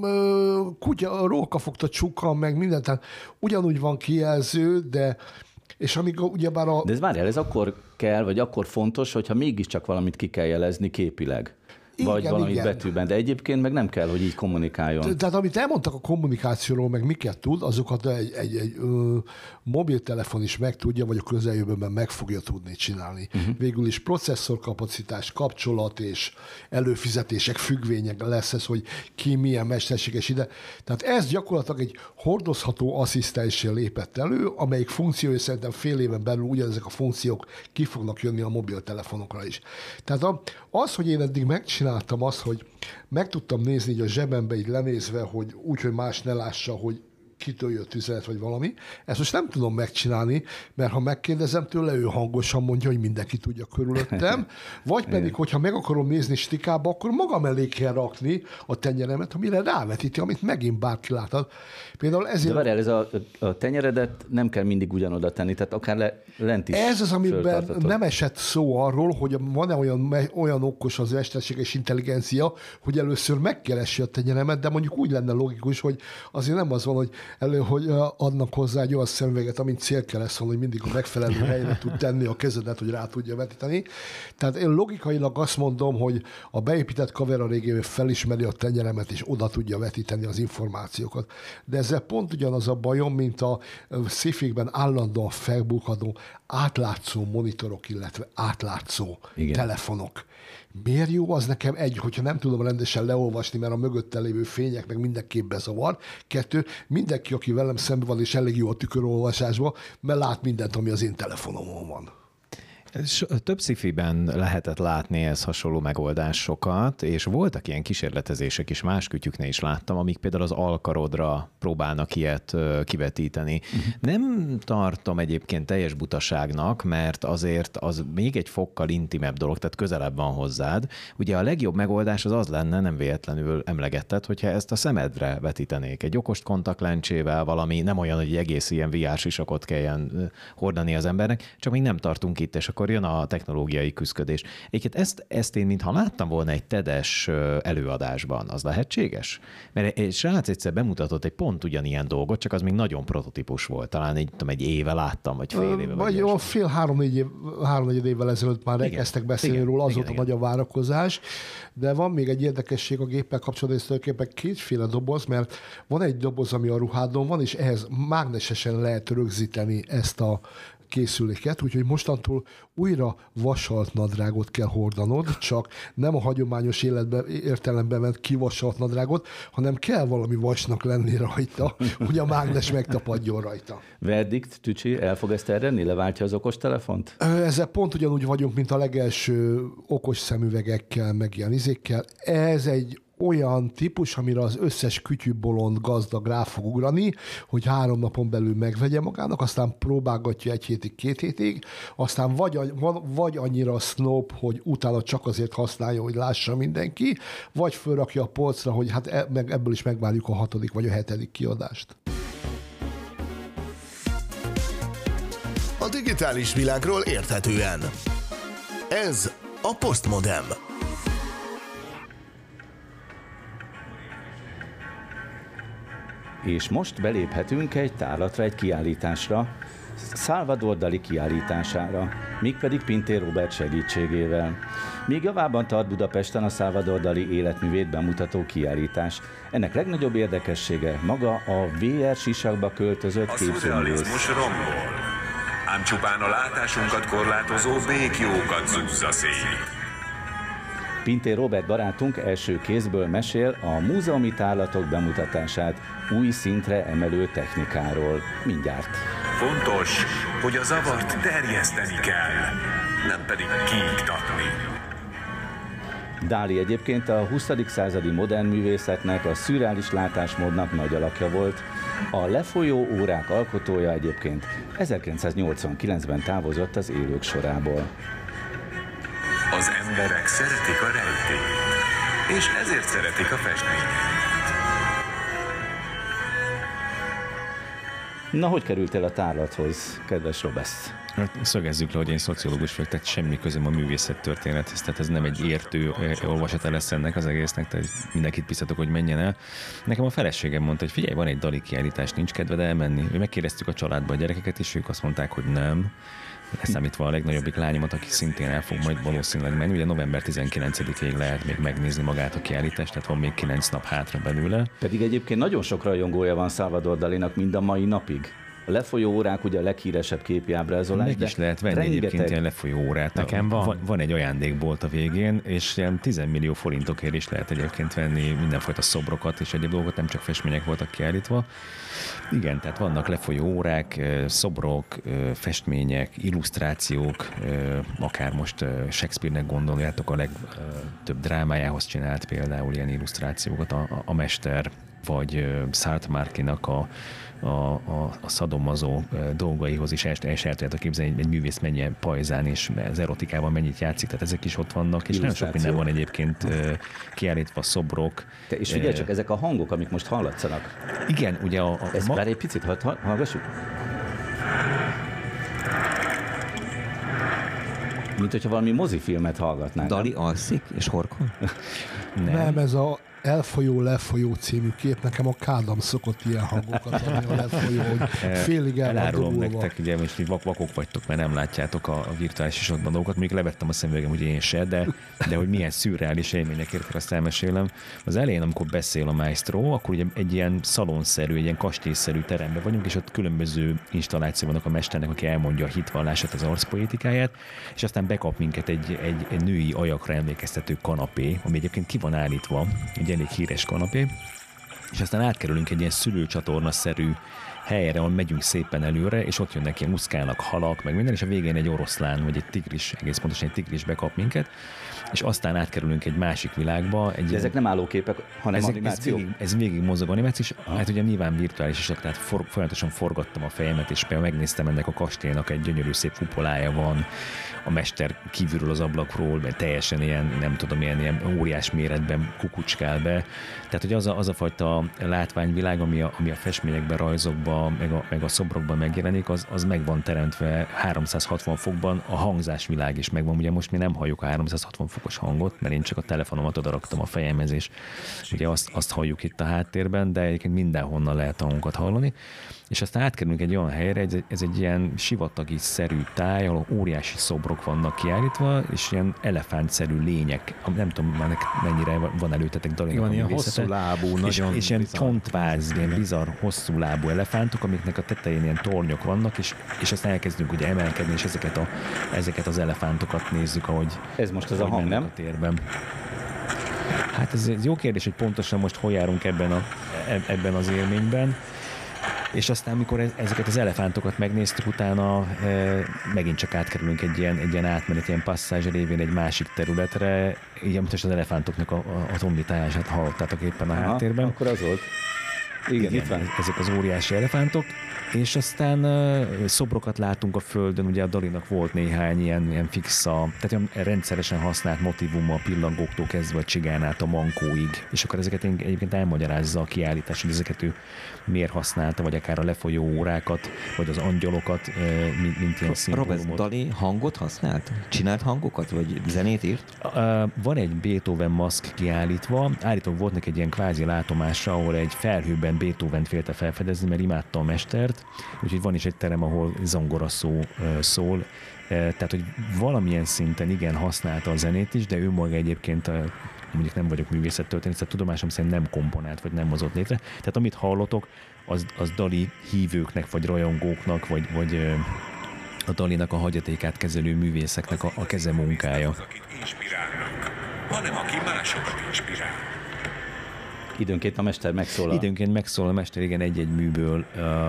rókafogta csuka, meg minden, tehát ugyanúgy van kijelző, de és amíg ugyebár De ez várjál, ez akkor kell, vagy akkor fontos, hogyha mégiscsak valamit ki kell jelezni képileg. Vagy valamit betűben, de egyébként meg nem kell, hogy így kommunikáljon. Tehát amit elmondtak a kommunikációról, meg miket tud, azokat egy mobiltelefon is meg tudja, vagy a közeljövőben meg fogja tudni csinálni. Végül is processzorkapacitás, kapcsolat és előfizetések függvények lesz ez, hogy ki milyen mesterséges ide. Tehát ez gyakorlatilag egy hordozható asszisztenssel lépett elő, amelyik funkciója szerintem fél éven belül ugyanezek a funkciók ki fognak jönni a mobiltelefonokra is. Tehát az, hogy én eddig megcsináltam azt, hogy meg tudtam nézni így a zsebembe, így lenézve, hogy úgy, hogy más ne lássa, hogy kitől jött üzenet, vagy valami. Ezt most nem tudom megcsinálni, mert ha megkérdezem tőle, ő hangosan mondja, hogy mindenki tudja körülöttem, vagy pedig, hogyha meg akarom nézni stikába, akkor magam elé kell rakni a tenyeremet, amire rávetíti, amit megint bárki láthat. Például ezért... De várjál, ez a tenyeredet nem kell mindig ugyanoda tenni, tehát akár lent is. Ez az, amiben nem esett szó arról, hogy van-e olyan okos az mesterséges intelligencia, hogy először megkeresi a tenyeremet, de mondjuk úgy lenne logikus, hogy azért nem az van, hogy hogy adnak hozzá egy olyan szemüveget, amint célkereszt van, hogy mindig a megfelelő helyre tud tenni a kezedet, hogy rá tudja vetíteni. Tehát én logikailag azt mondom, hogy a beépített kamera régével felismeri a tenyeremet, és oda tudja vetíteni az információkat. De ezzel pont ugyanaz a bajom, mint a sci-fikben állandóan felbukadó átlátszó monitorok, illetve átlátszó telefonok. Miért jó az nekem? Hogyha nem tudom rendesen leolvasni, mert a mögötte lévő fények meg mindenképp bezavar. 2, mindenki, aki velem szemben van, és elég jó a tükörolvasásban, mert lát mindent, ami az én telefonomon van. Több sci-fiben lehetett látni ez hasonló megoldásokat, és voltak ilyen kísérletezések is, más kütyüknél is láttam, amik például az alkarodra próbálnak ilyet kivetíteni. Nem tartom egyébként teljes butaságnak, mert azért az még egy fokkal intimebb dolog, tehát közelebb van hozzád. Ugye a legjobb megoldás az lenne, nem véletlenül emlegetted, hogyha ezt a szemedre vetítenék. Egy okos kontaktlencsével valami, nem olyan, hogy egy egész ilyen VR sisakot kelljen hordani az embernek, csak még nem tartunk itt, és akkor jön a technológiai küszködés. Egyébként ezt én mintha láttam volna egy TED-es előadásban. Az lehetséges? Mert egy srác egyszer bemutatott egy pont ugyanilyen dolgot, csak az még nagyon prototípus volt. Talán egy éve láttam, vagy fél éve. Vagy jó, három-négy évvel ezelőtt már elkezdtek beszélni róla, azóta nagy a várakozás. De van még egy érdekesség a géppel kapcsolatban, és tulajdonképpen kétféle doboz, mert van egy doboz, ami a ruhádon van, és ehhez mágnesesen lehet rögzíteni ezt a készüléket, úgyhogy mostantól újra vasalt nadrágot kell hordanod, csak nem a hagyományos értelemben ment kivasalt nadrágot, hanem kell valami vasnak lenni rajta, hogy a mágnes megtapadjon rajta. Verdikt, Tücsi, el fog ezt terjedni? Leváltja az okostelefont? Ezzel pont ugyanúgy vagyunk, mint a legelső okos szemüvegekkel, meg ilyen izékkel. Ez egy olyan típus, amire az összes kütyűbolond gazdag rá fog ugrani, hogy 3 napon belül megvegye magának, aztán próbálgatja 1 hétig, 2 hétig, aztán vagy annyira snob, hogy utána csak azért használja, hogy lássa mindenki, vagy fölrakja a polcra, hogy hát ebből is megvárjuk a 6. vagy a 7. kiadást. A digitális világról érthetően. Ez a Postmodem. És most beléphetünk egy tárlatra, egy kiállításra, Salvador Dali kiállítására, mégpedig Pintér Róbert segítségével. Még javában tart Budapesten a Salvador Dali életművét bemutató kiállítás. Ennek legnagyobb érdekessége maga a VR sisakba költözött képzőművész. A szurrealizmus rombol, ám csupán a látásunkat korlátozó békjókat zúzza szét. Pintér Róbert barátunk első kézből mesél a múzeumi tárlatok bemutatását új szintre emelő technikáról. Mindjárt. Fontos, hogy a zavart terjeszteni kell, nem pedig kiiktatni. Dali egyébként a 20. századi modern művészetnek, a szürreális látásmódnak nagy alakja volt. A lefolyó órák alkotója egyébként 1989-ben távozott az élők sorából. Az emberek szeretik a rejtélyt, és ezért szeretik a festményeket. Na, hogy kerültél a tárlathoz, kedves Robesz? Hát szögezzük le, hogy én szociológus vagyok, tehát semmi közöm a művészettörténethez, tehát ez nem egy értő olvasata lesz ennek az egésznek, tehát mindenkit piszatok, hogy menjen el. Nekem a feleségem mondta, hogy figyelj, van egy Dali kiállítás, nincs kedved elmenni. Mi megkérdeztük a családba a gyerekeket, és ők azt mondták, hogy nem. Leszámítva a legnagyobbik lányomat, aki szintén el fog majd valószínűleg menni. Ugye november 19-ig lehet még megnézni magát a kiállítást, tehát van még 9 nap hátra belőle. Pedig egyébként nagyon sok rajongója van Salvador Dalinak mind a mai napig. A lefolyó órák ugye a leghíresebb képiábrázolás. Meg is lehet venni egyébként ilyen lefolyó órát. Nekem van egy ajándékbolt a végén, és ilyen 10 millió forintokért is lehet egyébként venni mindenfajta szobrokat és egyéb dolgokat, nem csak festmények voltak kiállítva. Igen, tehát vannak lefolyó órák, szobrok, festmények, illusztrációk, akár most Shakespeare-nek gondoljátok, a legtöbb drámájához csinált például ilyen illusztrációkat a mester, vagy Sartre Marquinak a szadomazó dolgaihoz is el tudjátok képzelni, egy művész mennyi pajzán és az erotikában mennyit játszik, tehát ezek is ott vannak, és nagyon sok minden van egyébként kiállítva, szobrok. És figyelj csak, ezek a hangok, amik most hallatszanak. Igen, ugye ezt már egy picit hallgassuk. Mint hogyha valami mozifilmet hallgatnánk. Dali alszik és horkol? Nem, ez a Elfolyó, lefolyó című kép, nekem a Kádam szokott ilyen hangokat adni, a lefolyó, hogy félig el van elárulom dugulva. nektek, ugye most vakok vagytok, mert nem látjátok a virtuális isodban dolgokat, még levettem a szemüvegem, ugye én se, de hogy milyen szürreális élmények értek, azt elmesélem. Az elején, amikor beszél a maestro, akkor ugye egy ilyen szalonszerű, egy ilyen kastélyszerű teremben vagyunk, és ott különböző installáció vannak a mesternek, aki elmondja a hitvallását, az arcpoétikáját, és aztán bekap minket egy női ajakra emlékeztető kanapé, ami egyébként ki van állítva, egy elég híres kanapé, és aztán átkerülünk egy ilyen szülőcsatorna-szerű helyre, ahol megyünk szépen előre, és ott jönnek ilyen muszkálnak halak, meg minden, és a végén egy oroszlán, vagy egy tigris, egész pontosan egy tigris bekap minket, és aztán átkerülünk egy másik világba. De ezek nem állóképek, hanem animáció? Ez végig mozog animáció, és hát ugye nyilván virtuális is, tehát folyamatosan forgattam a fejemet, és például megnéztem, ennek a kastélynak egy gyönyörű szép kupolája van, a mester kívülről az ablakról, mert teljesen ilyen, nem tudom, ilyen óriás méretben kukucskál be. Tehát, hogy az a fajta látványvilág, ami a festményekben, rajzokban, meg a szobrokban megjelenik, az meg van teremtve 360 fokban, a hangzásvilág is megvan. Ugye most mi nem halljuk a 360 fokos hangot, mert én csak a telefonomat odaraktam a fejemhez, és ugye azt halljuk itt a háttérben, de egyébként mindenhonnan lehet a hangokat hallani. És aztán átkerülünk egy olyan helyre, ez egy ilyen sivatagi-szerű táj, ahol óriási szobrok vannak kiállítva, és ilyen elefántszerű lények. Nem tudom, mennyire van előtetek Dalinak a ilyen művészete. hosszú lábú, nagyon és ilyen bizarr. csontváz, ilyen bizarr, hosszú lábú elefántok, amiknek a tetején ilyen tornyok vannak, és aztán elkezdünk ugye emelkedni, és ezeket az elefántokat nézzük, ahogy ez most az a hang, nem? A térben. Hát ez jó kérdés, hogy pontosan most hol járunk ebben az élményben. És aztán, amikor ezeket az elefántokat megnéztük, utána megint csak átkerülünk egy ilyen átmenet, ilyen passzázs révén egy másik területre, így amit az elefántoknak a tombitájását hallottátok éppen a háttérben. Akkor az volt. Igen, itt van. Ezek az óriási elefántok, és aztán szobrokat látunk a földön, ugye a Dalinak volt néhány ilyen fixa, tehát rendszeresen használt motívum a pillangóktól kezdve a csigánát a mankóig, és akkor ezeket egyébként elmagyarázza a kiállítás, hogy ezeket ő miért használta, vagy akár a lefolyó órákat, vagy az angyalokat, mint ilyen szimbólumot. Robert Dali hangot használt? Csinált hangokat, vagy zenét írt? Van egy Beethoven maszk kiállítva, állítólag volt neki egy ilyen kvázi látomása, ahol egy felhőben Beethovent félte felfedezni, mert imádta a mestert, úgyhogy van is egy terem, ahol zongora szól, tehát, hogy valamilyen szinten igen használta a zenét is, de ő maga egyébként mondjuk nem vagyok művészettörténész, tehát tudomásom szerint nem komponált, vagy nem hozott létre. Tehát amit hallotok, az Dali hívőknek, vagy rajongóknak, vagy a Dalinak a hagyatékát kezelő művészeknek a kezemunkája. Hanem aki másokat inspirál. Időnként a mester megszólal. Időnként megszólal a mester, igen, egy-egy műből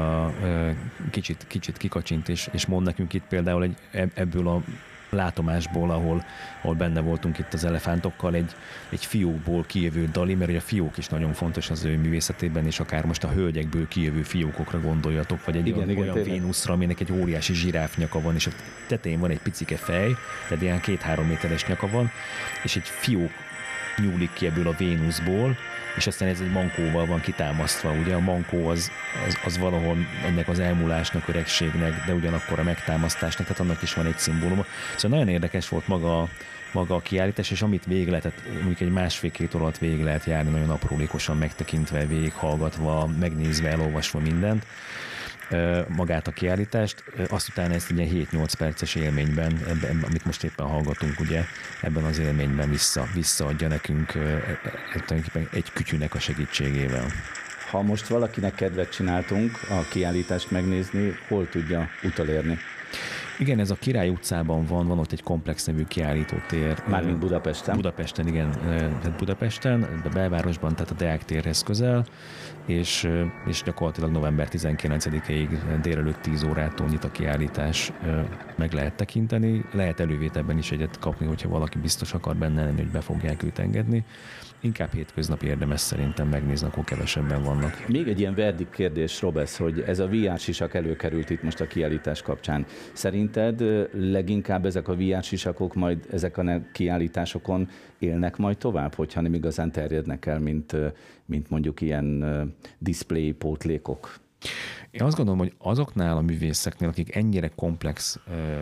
kicsit kikacsint, és mond nekünk itt például ebből a látomásból, ahol benne voltunk itt az elefántokkal, egy fiókból kijövő dali, mert ugye a fiók is nagyon fontos az ő művészetében, és akár most a hölgyekből kijövő fiókokra gondoljatok, vagy egy olyan Vénuszra, aminek egy óriási zsiráfnyaka van, és a tetején van egy picike fej, tehát ilyen 2-3 méteres nyaka van, és egy fiók nyúlik ki ebből a Vénuszból, és aztán ez egy mankóval van kitámasztva. Ugye a mankó az valahol ennek az elmúlásnak, öregségnek, de ugyanakkor a megtámasztásnak, tehát annak is van egy szimbóluma. Szóval nagyon érdekes volt maga a kiállítás, és amit végig lehetett, mondjuk egy 1,5-2 óra alatt végig lehet járni, nagyon aprólékosan megtekintve, végighallgatva, megnézve, elolvasva mindent, magát a kiállítást, azt utána ezt egy ilyen 7-8 perces élményben, amit most éppen hallgatunk, ugye, ebben az élményben visszaadja nekünk tulajdonképpen egy kütyűnek a segítségével. Ha most valakinek kedvet csináltunk a kiállítást megnézni, hol tudja utolérni? Igen, ez a Király utcában van ott egy Komplex nevű kiállítótér. Mármint Budapesten? Budapesten, igen. Tehát Budapesten, a belvárosban, tehát a Deák térhez közel, és gyakorlatilag november 19-ig délelőtt 10 órától nyit a kiállítás, meg lehet tekinteni. Lehet elővételben is egyet kapni, hogyha valaki biztos akar benne lenni, hogy be fogják őt engedni. Inkább hétköznapi érdemes szerintem megnézni, akkor kevesebben vannak. Még egy ilyen verdikt kérdés, Robesz, hogy ez a VR sisak előkerült itt most a kiállítás kapcsán. Szerinted leginkább ezek a VR sisakok majd ezeken a kiállításokon élnek majd tovább, hogyha nem igazán terjednek el, mint mondjuk ilyen display pótlékok? Én azt gondolom, hogy azoknál a művészeknél, akik ennyire komplex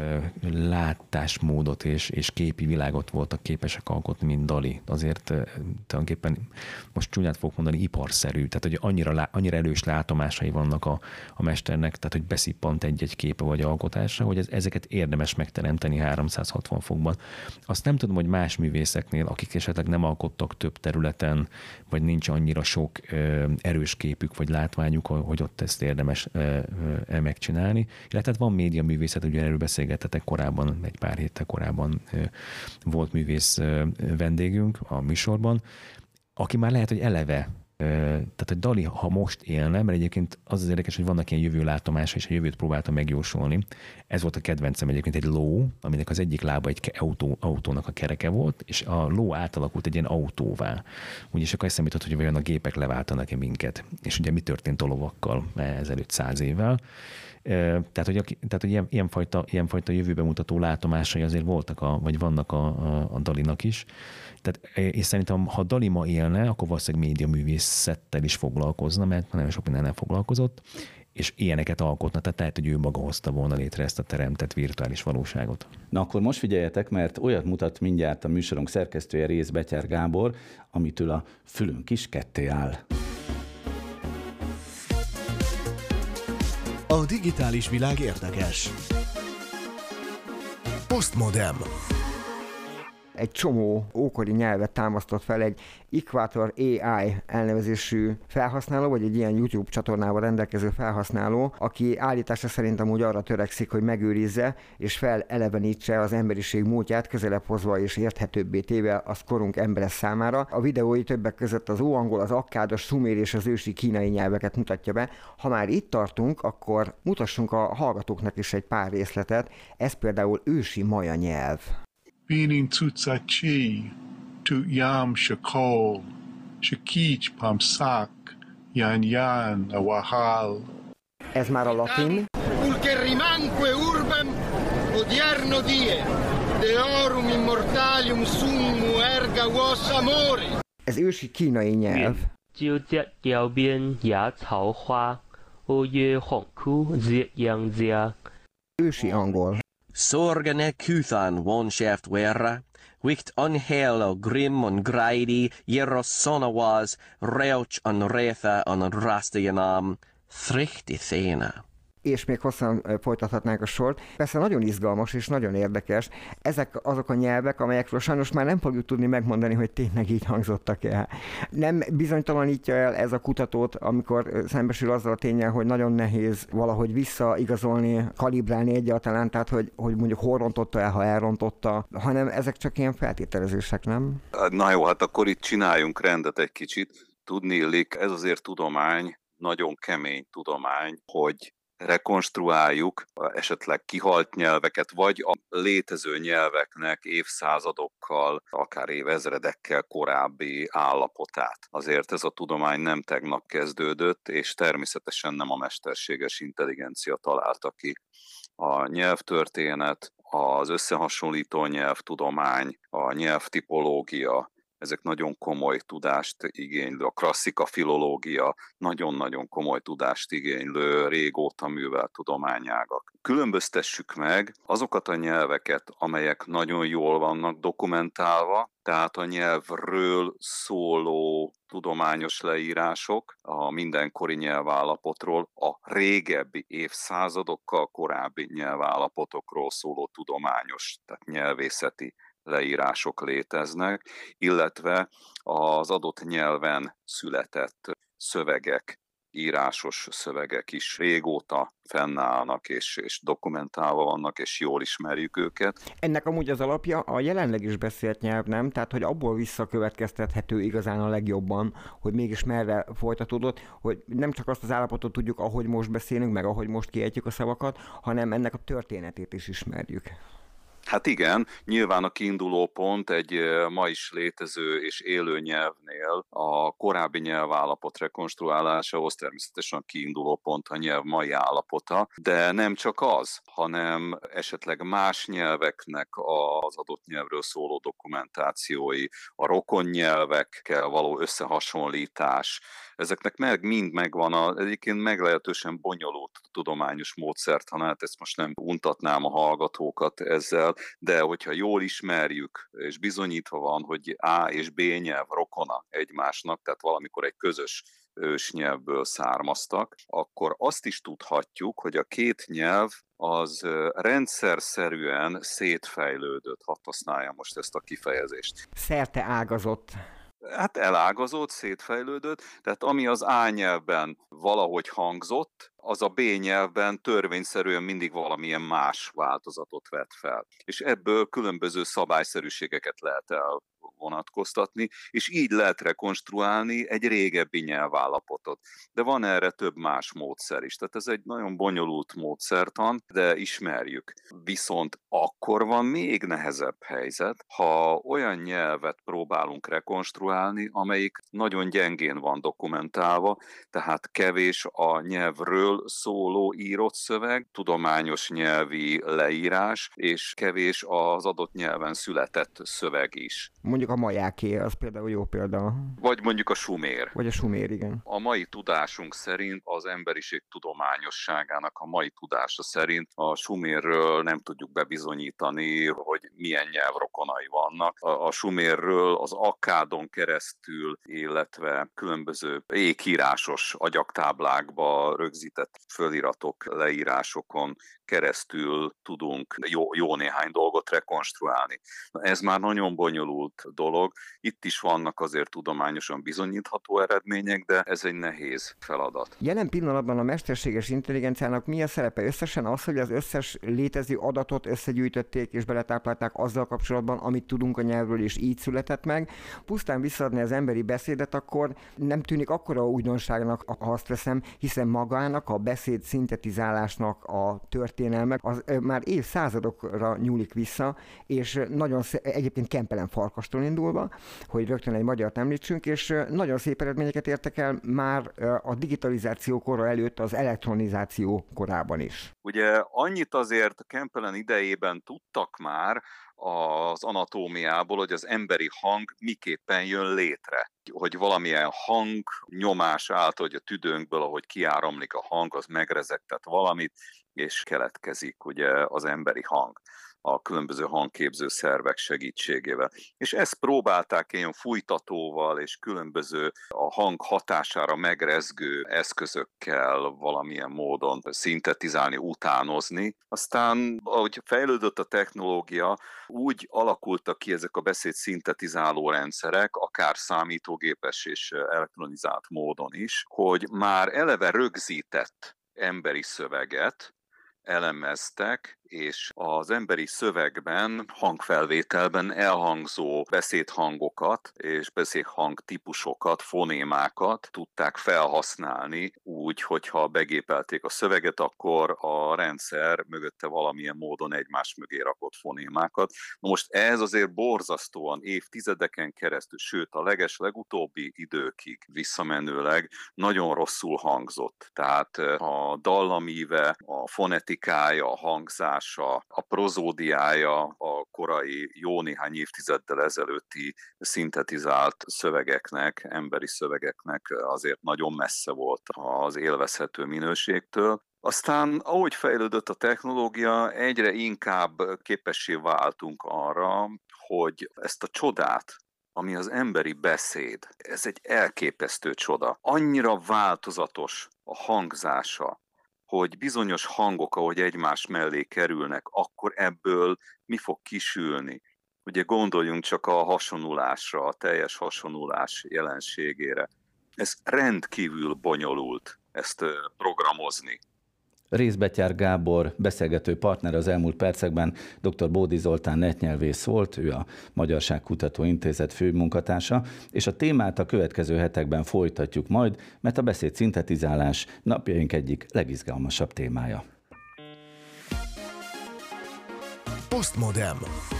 látásmódot és képi világot voltak képesek alkotni, mint Dali, azért tulajdonképpen most csúnyát fogok mondani, iparszerű, tehát hogy annyira erős látomásai vannak a mesternek, tehát hogy beszippant egy képe vagy alkotásra, hogy ezeket érdemes megteremteni 360 fokban. Azt nem tudom, hogy más művészeknél, akik esetleg nem alkottak több területen, vagy nincs annyira sok erős képük vagy látványuk, hogy ott ezt érdemes megcsinálni. Illetve van médiaművészet, ugye erről beszélgettetek korábban, egy pár héttel korábban volt művész vendégünk a műsorban, aki már lehet, hogy eleve, tehát a Dali, ha most élne, mert egyébként az érdekes, hogy vannak ilyen jövőlátomása, és a jövőt próbáltam megjósolni. Ez volt a kedvencem egyébként, egy ló, aminek az egyik lába egy autónak a kereke volt, és a ló átalakult egy ilyen autóvá. Úgyis akkor eszembe jutott, hogy vajon a gépek leváltanak-e minket. És ugye mi történt a lovakkal ezelőtt 100 évvel. Tehát, hogy ilyenfajta jövőbe mutató látomásai azért voltak, vagy vannak a Dalinak is. Tehát, és szerintem, ha Dali ma élne, akkor valószínűleg médiaművészettel is foglalkozna, mert nagyon sok mindennel foglalkozott, és ilyeneket alkotna, tehát lehet, hogy ő maga hozta volna létre ezt a teremtett virtuális valóságot. Na akkor most figyeljetek, mert olyat mutat mindjárt a műsorunk szerkesztője, Rész Betyár Gábor, amitől a fülünk is ketté áll. A digitális világ érdekes. Postmodem. Egy csomó ókori nyelvet támasztott fel egy Equator AI elnevezésű felhasználó, vagy egy ilyen YouTube csatornával rendelkező felhasználó, aki állítása szerint amúgy arra törekszik, hogy megőrizze és felelevenítse az emberiség múltját, közelebb hozva és érthetőbbé téve az korunk embere számára. A videói többek között az óangol, az akkád, a szumér és az ősi kínai nyelveket mutatja be. Ha már itt tartunk, akkor mutassunk a hallgatóknak is egy pár részletet. Ez például ősi maja nyelv. Beating Tutsachi, Tut Yam Shakol, Shakich Pamsak, Yan Yan, a Wahal. Ez már a latin. Pulque rimanque urbem odierno die, deorum immortalium summu erga vos amore. Ez ősi kínai nyelv. Ősi angol. Sorgene kuthan wonshaft werra, wicht onhelo grim on grady, yeros sonawaz, reuch on retha on rastianam, thrichti thena. És még hosszan folytathatnánk a sort. Persze nagyon izgalmas és nagyon érdekes. Ezek azok a nyelvek, amelyekről sajnos már nem fogjuk tudni megmondani, hogy tényleg így hangzottak el. Nem bizonytalanítja el ez a kutatót, amikor szembesül azzal a ténnyel, hogy nagyon nehéz valahogy visszaigazolni, kalibrálni egyáltalán, tehát hogy mondjuk hol rontotta el, ha elrontotta, hanem ezek csak ilyen feltételezések, nem? Na jó, hát akkor itt csináljunk rendet egy kicsit. Tudniillik, ez azért tudomány, nagyon kemény tudomány, hogy rekonstruáljuk esetleg kihalt nyelveket, vagy a létező nyelveknek évszázadokkal, akár évezredekkel korábbi állapotát. Azért ez a tudomány nem tegnap kezdődött, és természetesen nem a mesterséges intelligencia találta ki. A nyelvtörténet, az összehasonlító nyelvtudomány, a nyelvtipológia, ezek nagyon komoly tudást igénylő, a klasszika filológia nagyon-nagyon komoly tudást igénylő, régóta művelt tudományágak. Különböztessük meg azokat a nyelveket, amelyek nagyon jól vannak dokumentálva, tehát a nyelvről szóló tudományos leírások a mindenkori nyelvállapotról, a régebbi évszázadokkal korábbi nyelvállapotokról szóló tudományos, tehát nyelvészeti leírások léteznek, illetve az adott nyelven született szövegek, írásos szövegek is régóta fennállnak, és dokumentálva vannak, és jól ismerjük őket. Ennek amúgy az alapja a jelenleg is beszélt nyelv, nem? Tehát, hogy abból visszakövetkeztethető igazán a legjobban, hogy mégis merre folytatódott, hogy nem csak azt az állapotot tudjuk, ahogy most beszélünk, meg ahogy most kiejtjük a szavakat, hanem ennek a történetét is ismerjük. Hát igen, nyilván a kiinduló pont egy ma is létező és élő nyelvnél a korábbi nyelvállapot rekonstruálásához természetesen a kiinduló pont a nyelv mai állapota, de nem csak az, hanem esetleg más nyelveknek az adott nyelvről szóló dokumentációi, a rokon nyelvekkel való összehasonlítás, ezeknek mind megvan egyébként meglehetősen bonyolult tudományos módszertanát, ezt most nem untatnám a hallgatókat ezzel, de hogyha jól ismerjük, és bizonyítva van, hogy A és B nyelv rokona egymásnak, tehát valamikor egy közös ősnyelvből származtak, akkor azt is tudhatjuk, hogy a két nyelv az rendszerszerűen szétfejlődött, hadd használjam most ezt a kifejezést. Szerte ágazott. Hát elágazott, szétfejlődött, tehát ami az A nyelvben valahogy hangzott, az a B nyelvben törvényszerűen mindig valamilyen más változatot vett fel. És ebből különböző szabályszerűségeket lehet elvonatkoztatni, és így lehet rekonstruálni egy régebbi nyelvállapotot. De van erre több más módszer is. Tehát ez egy nagyon bonyolult módszertan, de ismerjük. Viszont akkor van még nehezebb helyzet, ha olyan nyelvet próbálunk rekonstruálni, amelyik nagyon gyengén van dokumentálva, tehát kevés a nyelvről szóló írott szöveg, tudományos nyelvi leírás, és kevés az adott nyelven született szöveg is. Mondjuk a majáké, az például jó példa. Vagy mondjuk a sumér. Vagy a sumér, igen. A mai tudásunk szerint, az emberiség tudományosságának a mai tudása szerint a sumérről nem tudjuk bebizonyítani, hogy milyen nyelvrokonai vannak. A sumérről az akkádon keresztül, illetve különböző ékírásos agyagtáblákba rögzített föliratok, leírásokon keresztül tudunk jó néhány dolgot rekonstruálni. Ez már nagyon bonyolult dolog. Itt is vannak azért tudományosan bizonyítható eredmények, de ez egy nehéz feladat. Jelen pillanatban a mesterséges intelligenciának mi a szerepe? Összesen az, hogy az összes létező adatot összegyűjtötték és beletáplálták azzal kapcsolatban, amit tudunk a nyelvről, és így született meg. Pusztán visszaadni az emberi beszédet, akkor nem tűnik akkora újdonságnak, ha azt veszem, hiszen magának a beszéd szintetizálásnak a történelmek az már évszázadokra nyúlik vissza, és nagyon egyébként Kempelen Farkastól indulva, hogy rögtön egy magyart említsünk, és nagyon szép eredményeket értek el már a digitalizáció kora előtt az elektronizáció korában is. Ugye annyit azért Kempelen idejében tudtak már az anatómiából, hogy az emberi hang miképpen jön létre. Hogy valamilyen hang nyomás által, hogy a tüdőnkből, ahogy kiáramlik a hang, az megrezegtet valamit, és keletkezik ugye az emberi hang a különböző hangképző szervek segítségével. És ezt próbálták ilyen fújtatóval és különböző a hang hatására megrezgő eszközökkel valamilyen módon szintetizálni, utánozni. Aztán, ahogy fejlődött a technológia, úgy alakultak ki ezek a beszéd szintetizáló rendszerek, akár számítógépes és elektronizált módon is, hogy már eleve rögzített emberi szöveget elemeztek, és az emberi szövegben, hangfelvételben elhangzó beszédhangokat és beszédhang típusokat, fonémákat tudták felhasználni úgy, hogyha begépelték a szöveget, akkor a rendszer mögötte valamilyen módon egymás mögé rakott fonémákat. Na most ez azért borzasztóan évtizedeken keresztül, sőt a legutóbbi időkig visszamenőleg nagyon rosszul hangzott. Tehát a dallamíve, a fonetikája, a hangzása, a prozódiája a korai jó néhány évtizeddel ezelőtti szintetizált szövegeknek, emberi szövegeknek azért nagyon messze volt az élvezhető minőségtől. Aztán, ahogy fejlődött a technológia, egyre inkább képessé váltunk arra, hogy ezt a csodát, ami az emberi beszéd, ez egy elképesztő csoda. Annyira változatos a hangzása, hogy bizonyos hangok, ahogy egymás mellé kerülnek, akkor ebből mi fog kisülni. Ugye gondoljunk csak a hasonulásra, a teljes hasonulás jelenségére. Ez rendkívül bonyolult ezt programozni. Rész Betyár Gábor beszélgető partner az elmúlt percekben dr. Bódi Zoltán netnyelvész volt, ő a Magyarságkutató Intézet főmunkatársa, és a témát a következő hetekben folytatjuk majd, mert a beszédszintetizálás napjaink egyik legizgalmasabb témája. Postmodem.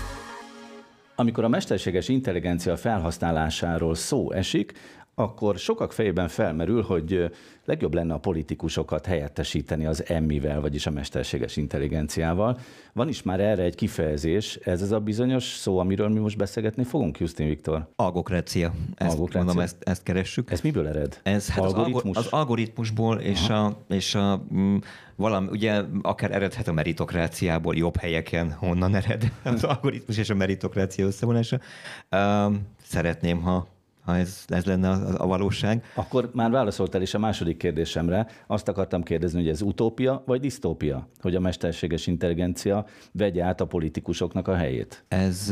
Amikor a mesterséges intelligencia felhasználásáról szó esik, akkor sokak fejében felmerül, hogy legjobb lenne a politikusokat helyettesíteni az emmivel, vagyis a mesterséges intelligenciával. Van is már erre egy kifejezés, ez az a bizonyos szó, amiről mi most beszélgetni fogunk, Justin Viktor? Algokrácia. Mondom, ezt keressük. Ez miből ered? Ez hát az algoritmusból és valami, ugye akár eredhet a meritokráciából, jobb helyeken, honnan ered az algoritmus és a meritokrácia összevonása. Szeretném, ha ez lenne a valóság. Akkor már válaszoltál is a második kérdésemre. Azt akartam kérdezni, hogy ez utópia vagy disztópia, hogy a mesterséges intelligencia vegye át a politikusoknak a helyét? Ez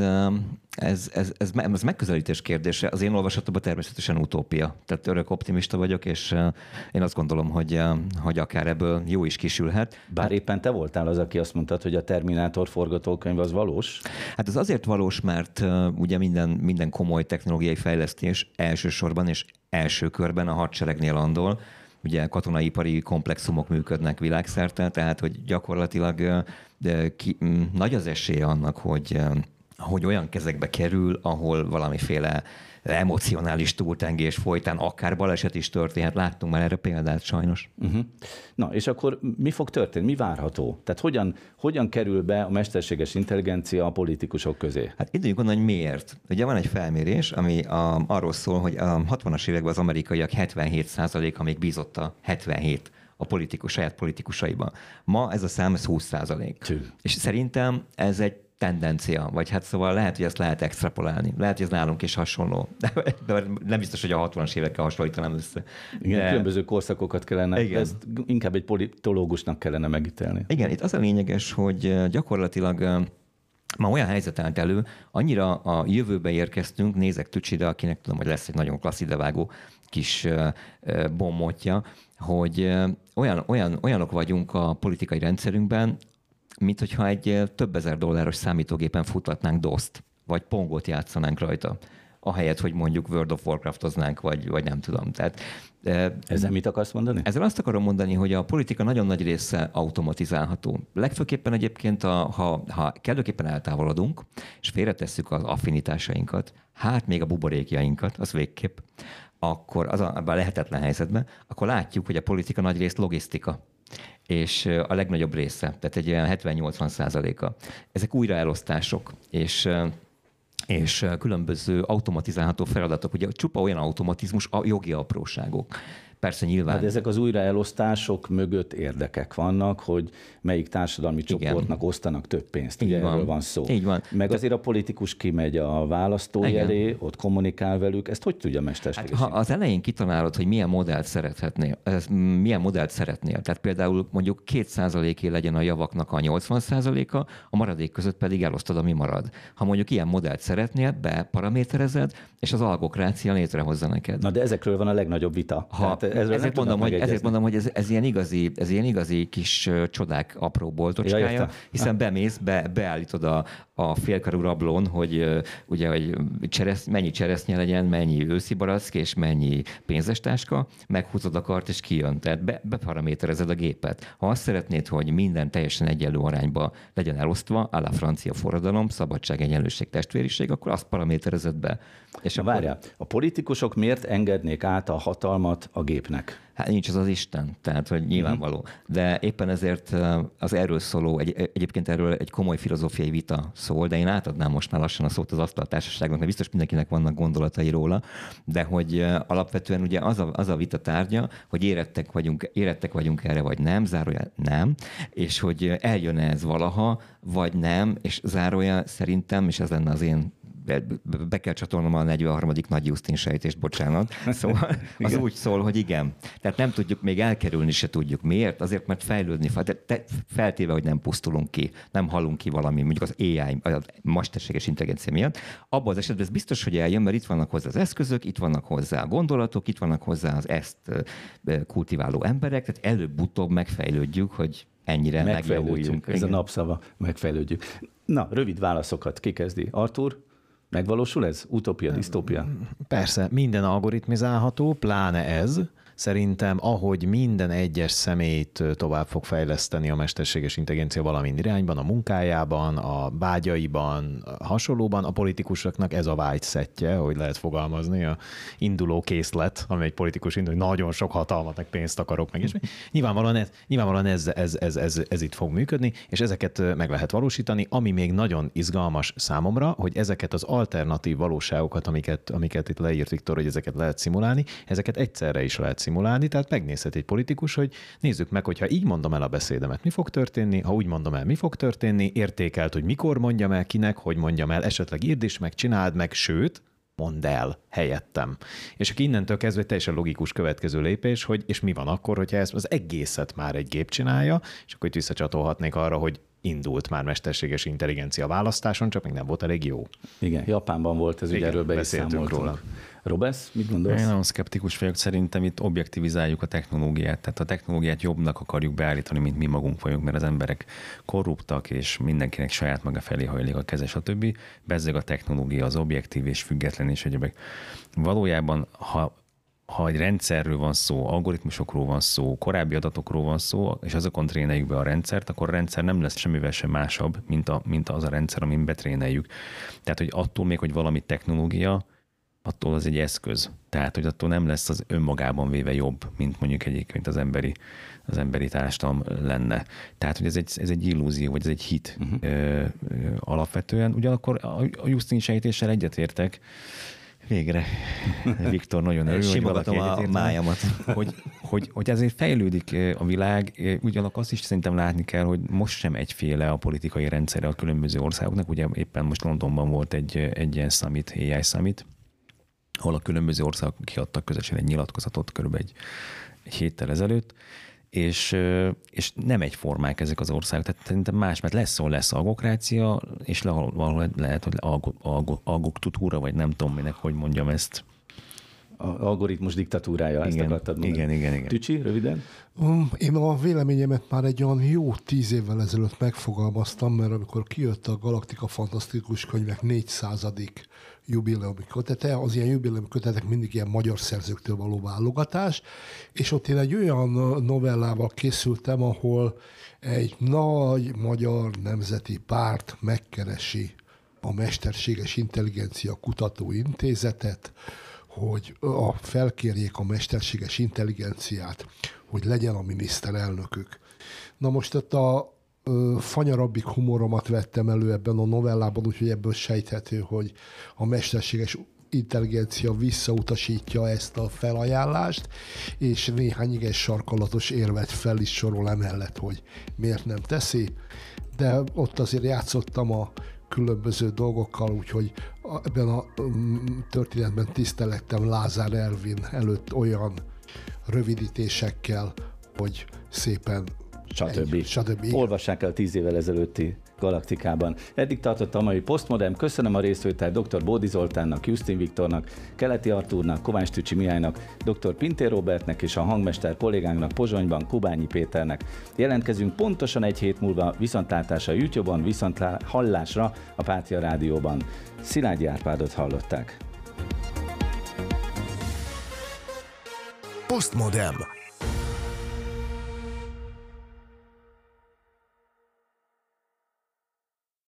megközelítés kérdése. Az én olvasatomban természetesen utópia. Tehát örök optimista vagyok, és én azt gondolom, hogy akár ebből jó is kisülhet. Bár éppen te voltál az, aki azt mondtad, hogy a Terminátor forgatókönyv az valós? Hát ez azért valós, mert ugye minden komoly technológiai fejlesztés elsősorban és első körben a hadseregnél landol. Ugye katonai-ipari komplexumok működnek világszerte, tehát hogy gyakorlatilag nagy az esélye annak, hogy olyan kezekbe kerül, ahol valamiféle emocionális túltengés folytán akár baleset is történhet. Láttunk már erre példát sajnos. Na, és akkor mi fog történni? Mi várható? Tehát hogyan kerül be a mesterséges intelligencia a politikusok közé? Hát időjük gondolni, hogy miért. Ugye van egy felmérés, ami arról szól, hogy a 60-as években az amerikaiak 77%-a még bízott a 77 a saját politikusaiban. Ma ez a szám 20%. És szerintem ez egy tendencia, vagy hát szóval lehet, hogy ezt lehet extrapolálni. Lehet, hogy ez nálunk is hasonló. De nem biztos, hogy a 60-as évekkel hasonlítanám össze. Igen, különböző korszakokat kellene, ezt inkább egy politológusnak kellene megítélni. Igen, itt az a lényeges, hogy gyakorlatilag ma olyan helyzet állt elő, annyira a jövőbe érkeztünk, nézek Tücsire, akinek tudom, hogy lesz egy nagyon klassz idevágó kis bombotja, hogy olyanok vagyunk a politikai rendszerünkben, mint hogyha egy több ezer dolláros számítógépen futtatnánk DOS-t, vagy Pongot játszanánk rajta, ahelyett, hogy mondjuk World of Warcraftoznánk, vagy nem tudom. Tehát, ezzel mit akarsz mondani? Ezzel azt akarom mondani, hogy a politika nagyon nagy része automatizálható. Legfőképpen egyébként, ha kellőképpen eltávolodunk, és félretesszük az affinitásainkat, hát még a buborékjainkat, az végképp, akkor abban a lehetetlen helyzetben, akkor látjuk, hogy a politika nagy rész logisztika. És a legnagyobb része, tehát egy olyan 70-80%-a. Ezek újraelosztások, és különböző automatizálható feladatok. Ugye csupa olyan automatizmus, a jogi apróságok. Persze nyilván. De ezek az újraelosztások mögött érdekek vannak, hogy melyik társadalmi csoportnak osztanak több pénzt. Ugye erről van szó. Így van. Meg azért a politikus kimegy a választói elé, ott kommunikál velük. Ezt hogy tudja mesterséges? Hát, ha az elején kitalálod, hogy milyen modellt szeretnél, tehát például mondjuk 2%-é legyen a javaknak a 80%-a, a maradék között pedig elosztod, ami marad. Ha mondjuk ilyen modellt szeretnél, beparaméterezed, és az algokrácia létrehozza neked. Na de ezekről van a legnagyobb vita. Tehát ezért mondom, hogy ez ilyen igazi kis csodák apró boltocskája, hiszen bemész, beállítod a félkarú rablón, hogy ugye, hogy mennyi cseresznye legyen, mennyi őszi barack és mennyi pénzestáska, meghúzod a kart és kijön. Tehát beparaméterezed a gépet. Ha azt szeretnéd, hogy minden teljesen egyenlő arányba legyen elosztva, à la francia forradalom, szabadság, egyenlőség, testvériség, akkor azt paraméterezed be. És várjál, a politikusok miért engednék át a hatalmat a gépnek? Hát nincs az Isten, tehát hogy nyilvánvaló. De éppen ezért az erről szóló, egyébként erről egy komoly filozófiai vita szól, de én átadnám most már lassan a szót az asztaltársaságnak, mert biztos mindenkinek vannak gondolatai róla, de hogy alapvetően ugye az a vita tárgya, hogy érettek vagyunk erre, vagy nem, zárójel nem, és hogy eljön ez valaha, vagy nem, és zárójel szerintem, és ez lenne az én be kell csatolnom a 43. Nagy Justin sejtést, bocsánat. Szóval az úgy szól, hogy igen. Tehát nem tudjuk, még elkerülni se tudjuk. Miért? Azért, mert fejlődni feltéve, hogy nem pusztulunk ki, nem halunk ki valami, mondjuk az AI, a mesterséges intelligencia miatt. Abban az esetben ez biztos, hogy eljön, mert itt vannak hozzá az eszközök, itt vannak hozzá a gondolatok, itt vannak hozzá az ezt kultiváló emberek, tehát előbb-utóbb megfejlődjük, hogy ennyire megjavuljunk. Ez a napszava, megfejlődjük. Na, rövid válaszokat kikezdi. Artúr? Megvalósul ez? Utópia, disztópia? Persze, minden algoritmizálható, pláne ez. Szerintem, ahogy minden egyes személyt tovább fog fejleszteni a mesterséges intelligencia valamilyen irányban, a munkájában, a vágyaiban, hasonlóban, a politikusoknak ez a vágyszettje, hogy lehet fogalmazni, a induló készlet, ami egy politikus indul, hogy nagyon sok hatalmat, meg pénzt akarok, meg és nyilvánvalóan ez itt fog működni, és ezeket meg lehet valósítani. Ami még nagyon izgalmas számomra, hogy ezeket az alternatív valóságokat, amiket itt leírt Viktor, hogy ezeket lehet szimulálni, ezeket egyszerre is lehet szimulálni, tehát megnézhet egy politikus, hogy nézzük meg, hogyha így mondom el a beszédemet, mi fog történni, ha úgy mondom el, mi fog történni, értékelt, hogy mikor mondjam el, kinek, hogy mondjam el, esetleg írd is meg, csináld meg, sőt, mondd el helyettem. És akkor innentől kezdve egy teljesen logikus következő lépés, hogy és mi van akkor, hogyha ezt az egészet már egy gép csinálja, és akkor itt visszacsatolhatnék arra, hogy indult már mesterséges intelligencia választáson, csak még nem volt elég jó. Igen, Japánban volt ez, ugye erről be is számoltunk. Robesz, mit gondolsz? Én nagyon szkeptikus vagyok, szerintem itt objektivizáljuk a technológiát, tehát a technológiát jobbnak akarjuk beállítani, mint mi magunk vagyunk, mert az emberek korruptak, és mindenkinek saját maga felé hajlik a keze, stb. Bezzeg a technológia az objektív és független, és egyébként valójában, ha egy rendszerről van szó, algoritmusokról van szó, korábbi adatokról van szó, és azokon tréneljük be a rendszert, akkor a rendszer nem lesz semmivel sem másabb, mint az a rendszer, amin betréneljük. Tehát, hogy attól még, hogy valami technológia, attól az egy eszköz. Tehát, hogy attól nem lesz az önmagában véve jobb, mint mondjuk egyébként az emberi társadalom lenne. Tehát, hogy ez egy illúzió, vagy ez egy hit alapvetően. Ugyanakkor a Justin sejtéssel egyetértek, végre Viktor nagyon örül, hogy valaki a májamat. Hogy ezért fejlődik a világ, ugyanakkor azt is szerintem látni kell, hogy most sem egyféle a politikai rendszere a különböző országoknak. Ugye éppen most Londonban volt egy ilyen summit, AI summit, ahol a különböző országok kiadtak közösen egy nyilatkozatot körülbelül egy héttel ezelőtt, és nem egyformák ezek az országok, tehát szerintem más, mert lesz algokrácia, és valahol lehet, hogy algoktutúra, vagy nem tudom minek, hogy mondjam ezt. Algoritmus diktatúrája, ezt akartad mondani. Igen. Tücsi, röviden? Én a véleményemet már egy olyan jó 10 évvel ezelőtt megfogalmaztam, mert amikor kijött a Galaktika Fantasztikus Könyvek 400. jubileumi kötete, az ilyen jubileumi kötetek mindig ilyen magyar szerzőktől való válogatás, és ott én egy olyan novellával készültem, ahol egy nagy magyar nemzeti párt megkeresi a Mesterséges Intelligencia Kutatóintézetet, hogy felkérjék a mesterséges intelligenciát, hogy legyen a miniszterelnökük. Na most ott a fanyarabbik humoromat vettem elő ebben a novellában, úgyhogy ebből sejthető, hogy a mesterséges intelligencia visszautasítja ezt a felajánlást, és néhány igen sarkalatos érvet fel is sorol emellett, hogy miért nem teszi, de ott azért játszottam a különböző dolgokkal, úgyhogy ebben a történetben tisztelettem Lázár Ervin előtt olyan rövidítésekkel, hogy szépen stb. Olvassák el 10 évvel ezelőtti galaktikában. Eddig tartott a mai Postmodern. Köszönöm a részvételt dr. Bódi Zoltánnak, Justin Viktornak, Keleti Artúrnak, Kovács Tücsi Mihálynak, dr. Pintér Robertnek és a hangmester kollégánknak Pozsonyban, Kubányi Péternek. Jelentkezünk pontosan egy hét múlva, viszontlátásra a YouTube-on, hallásra a Pátia Rádióban. Szilágyi Árpádot hallották. Postmodern.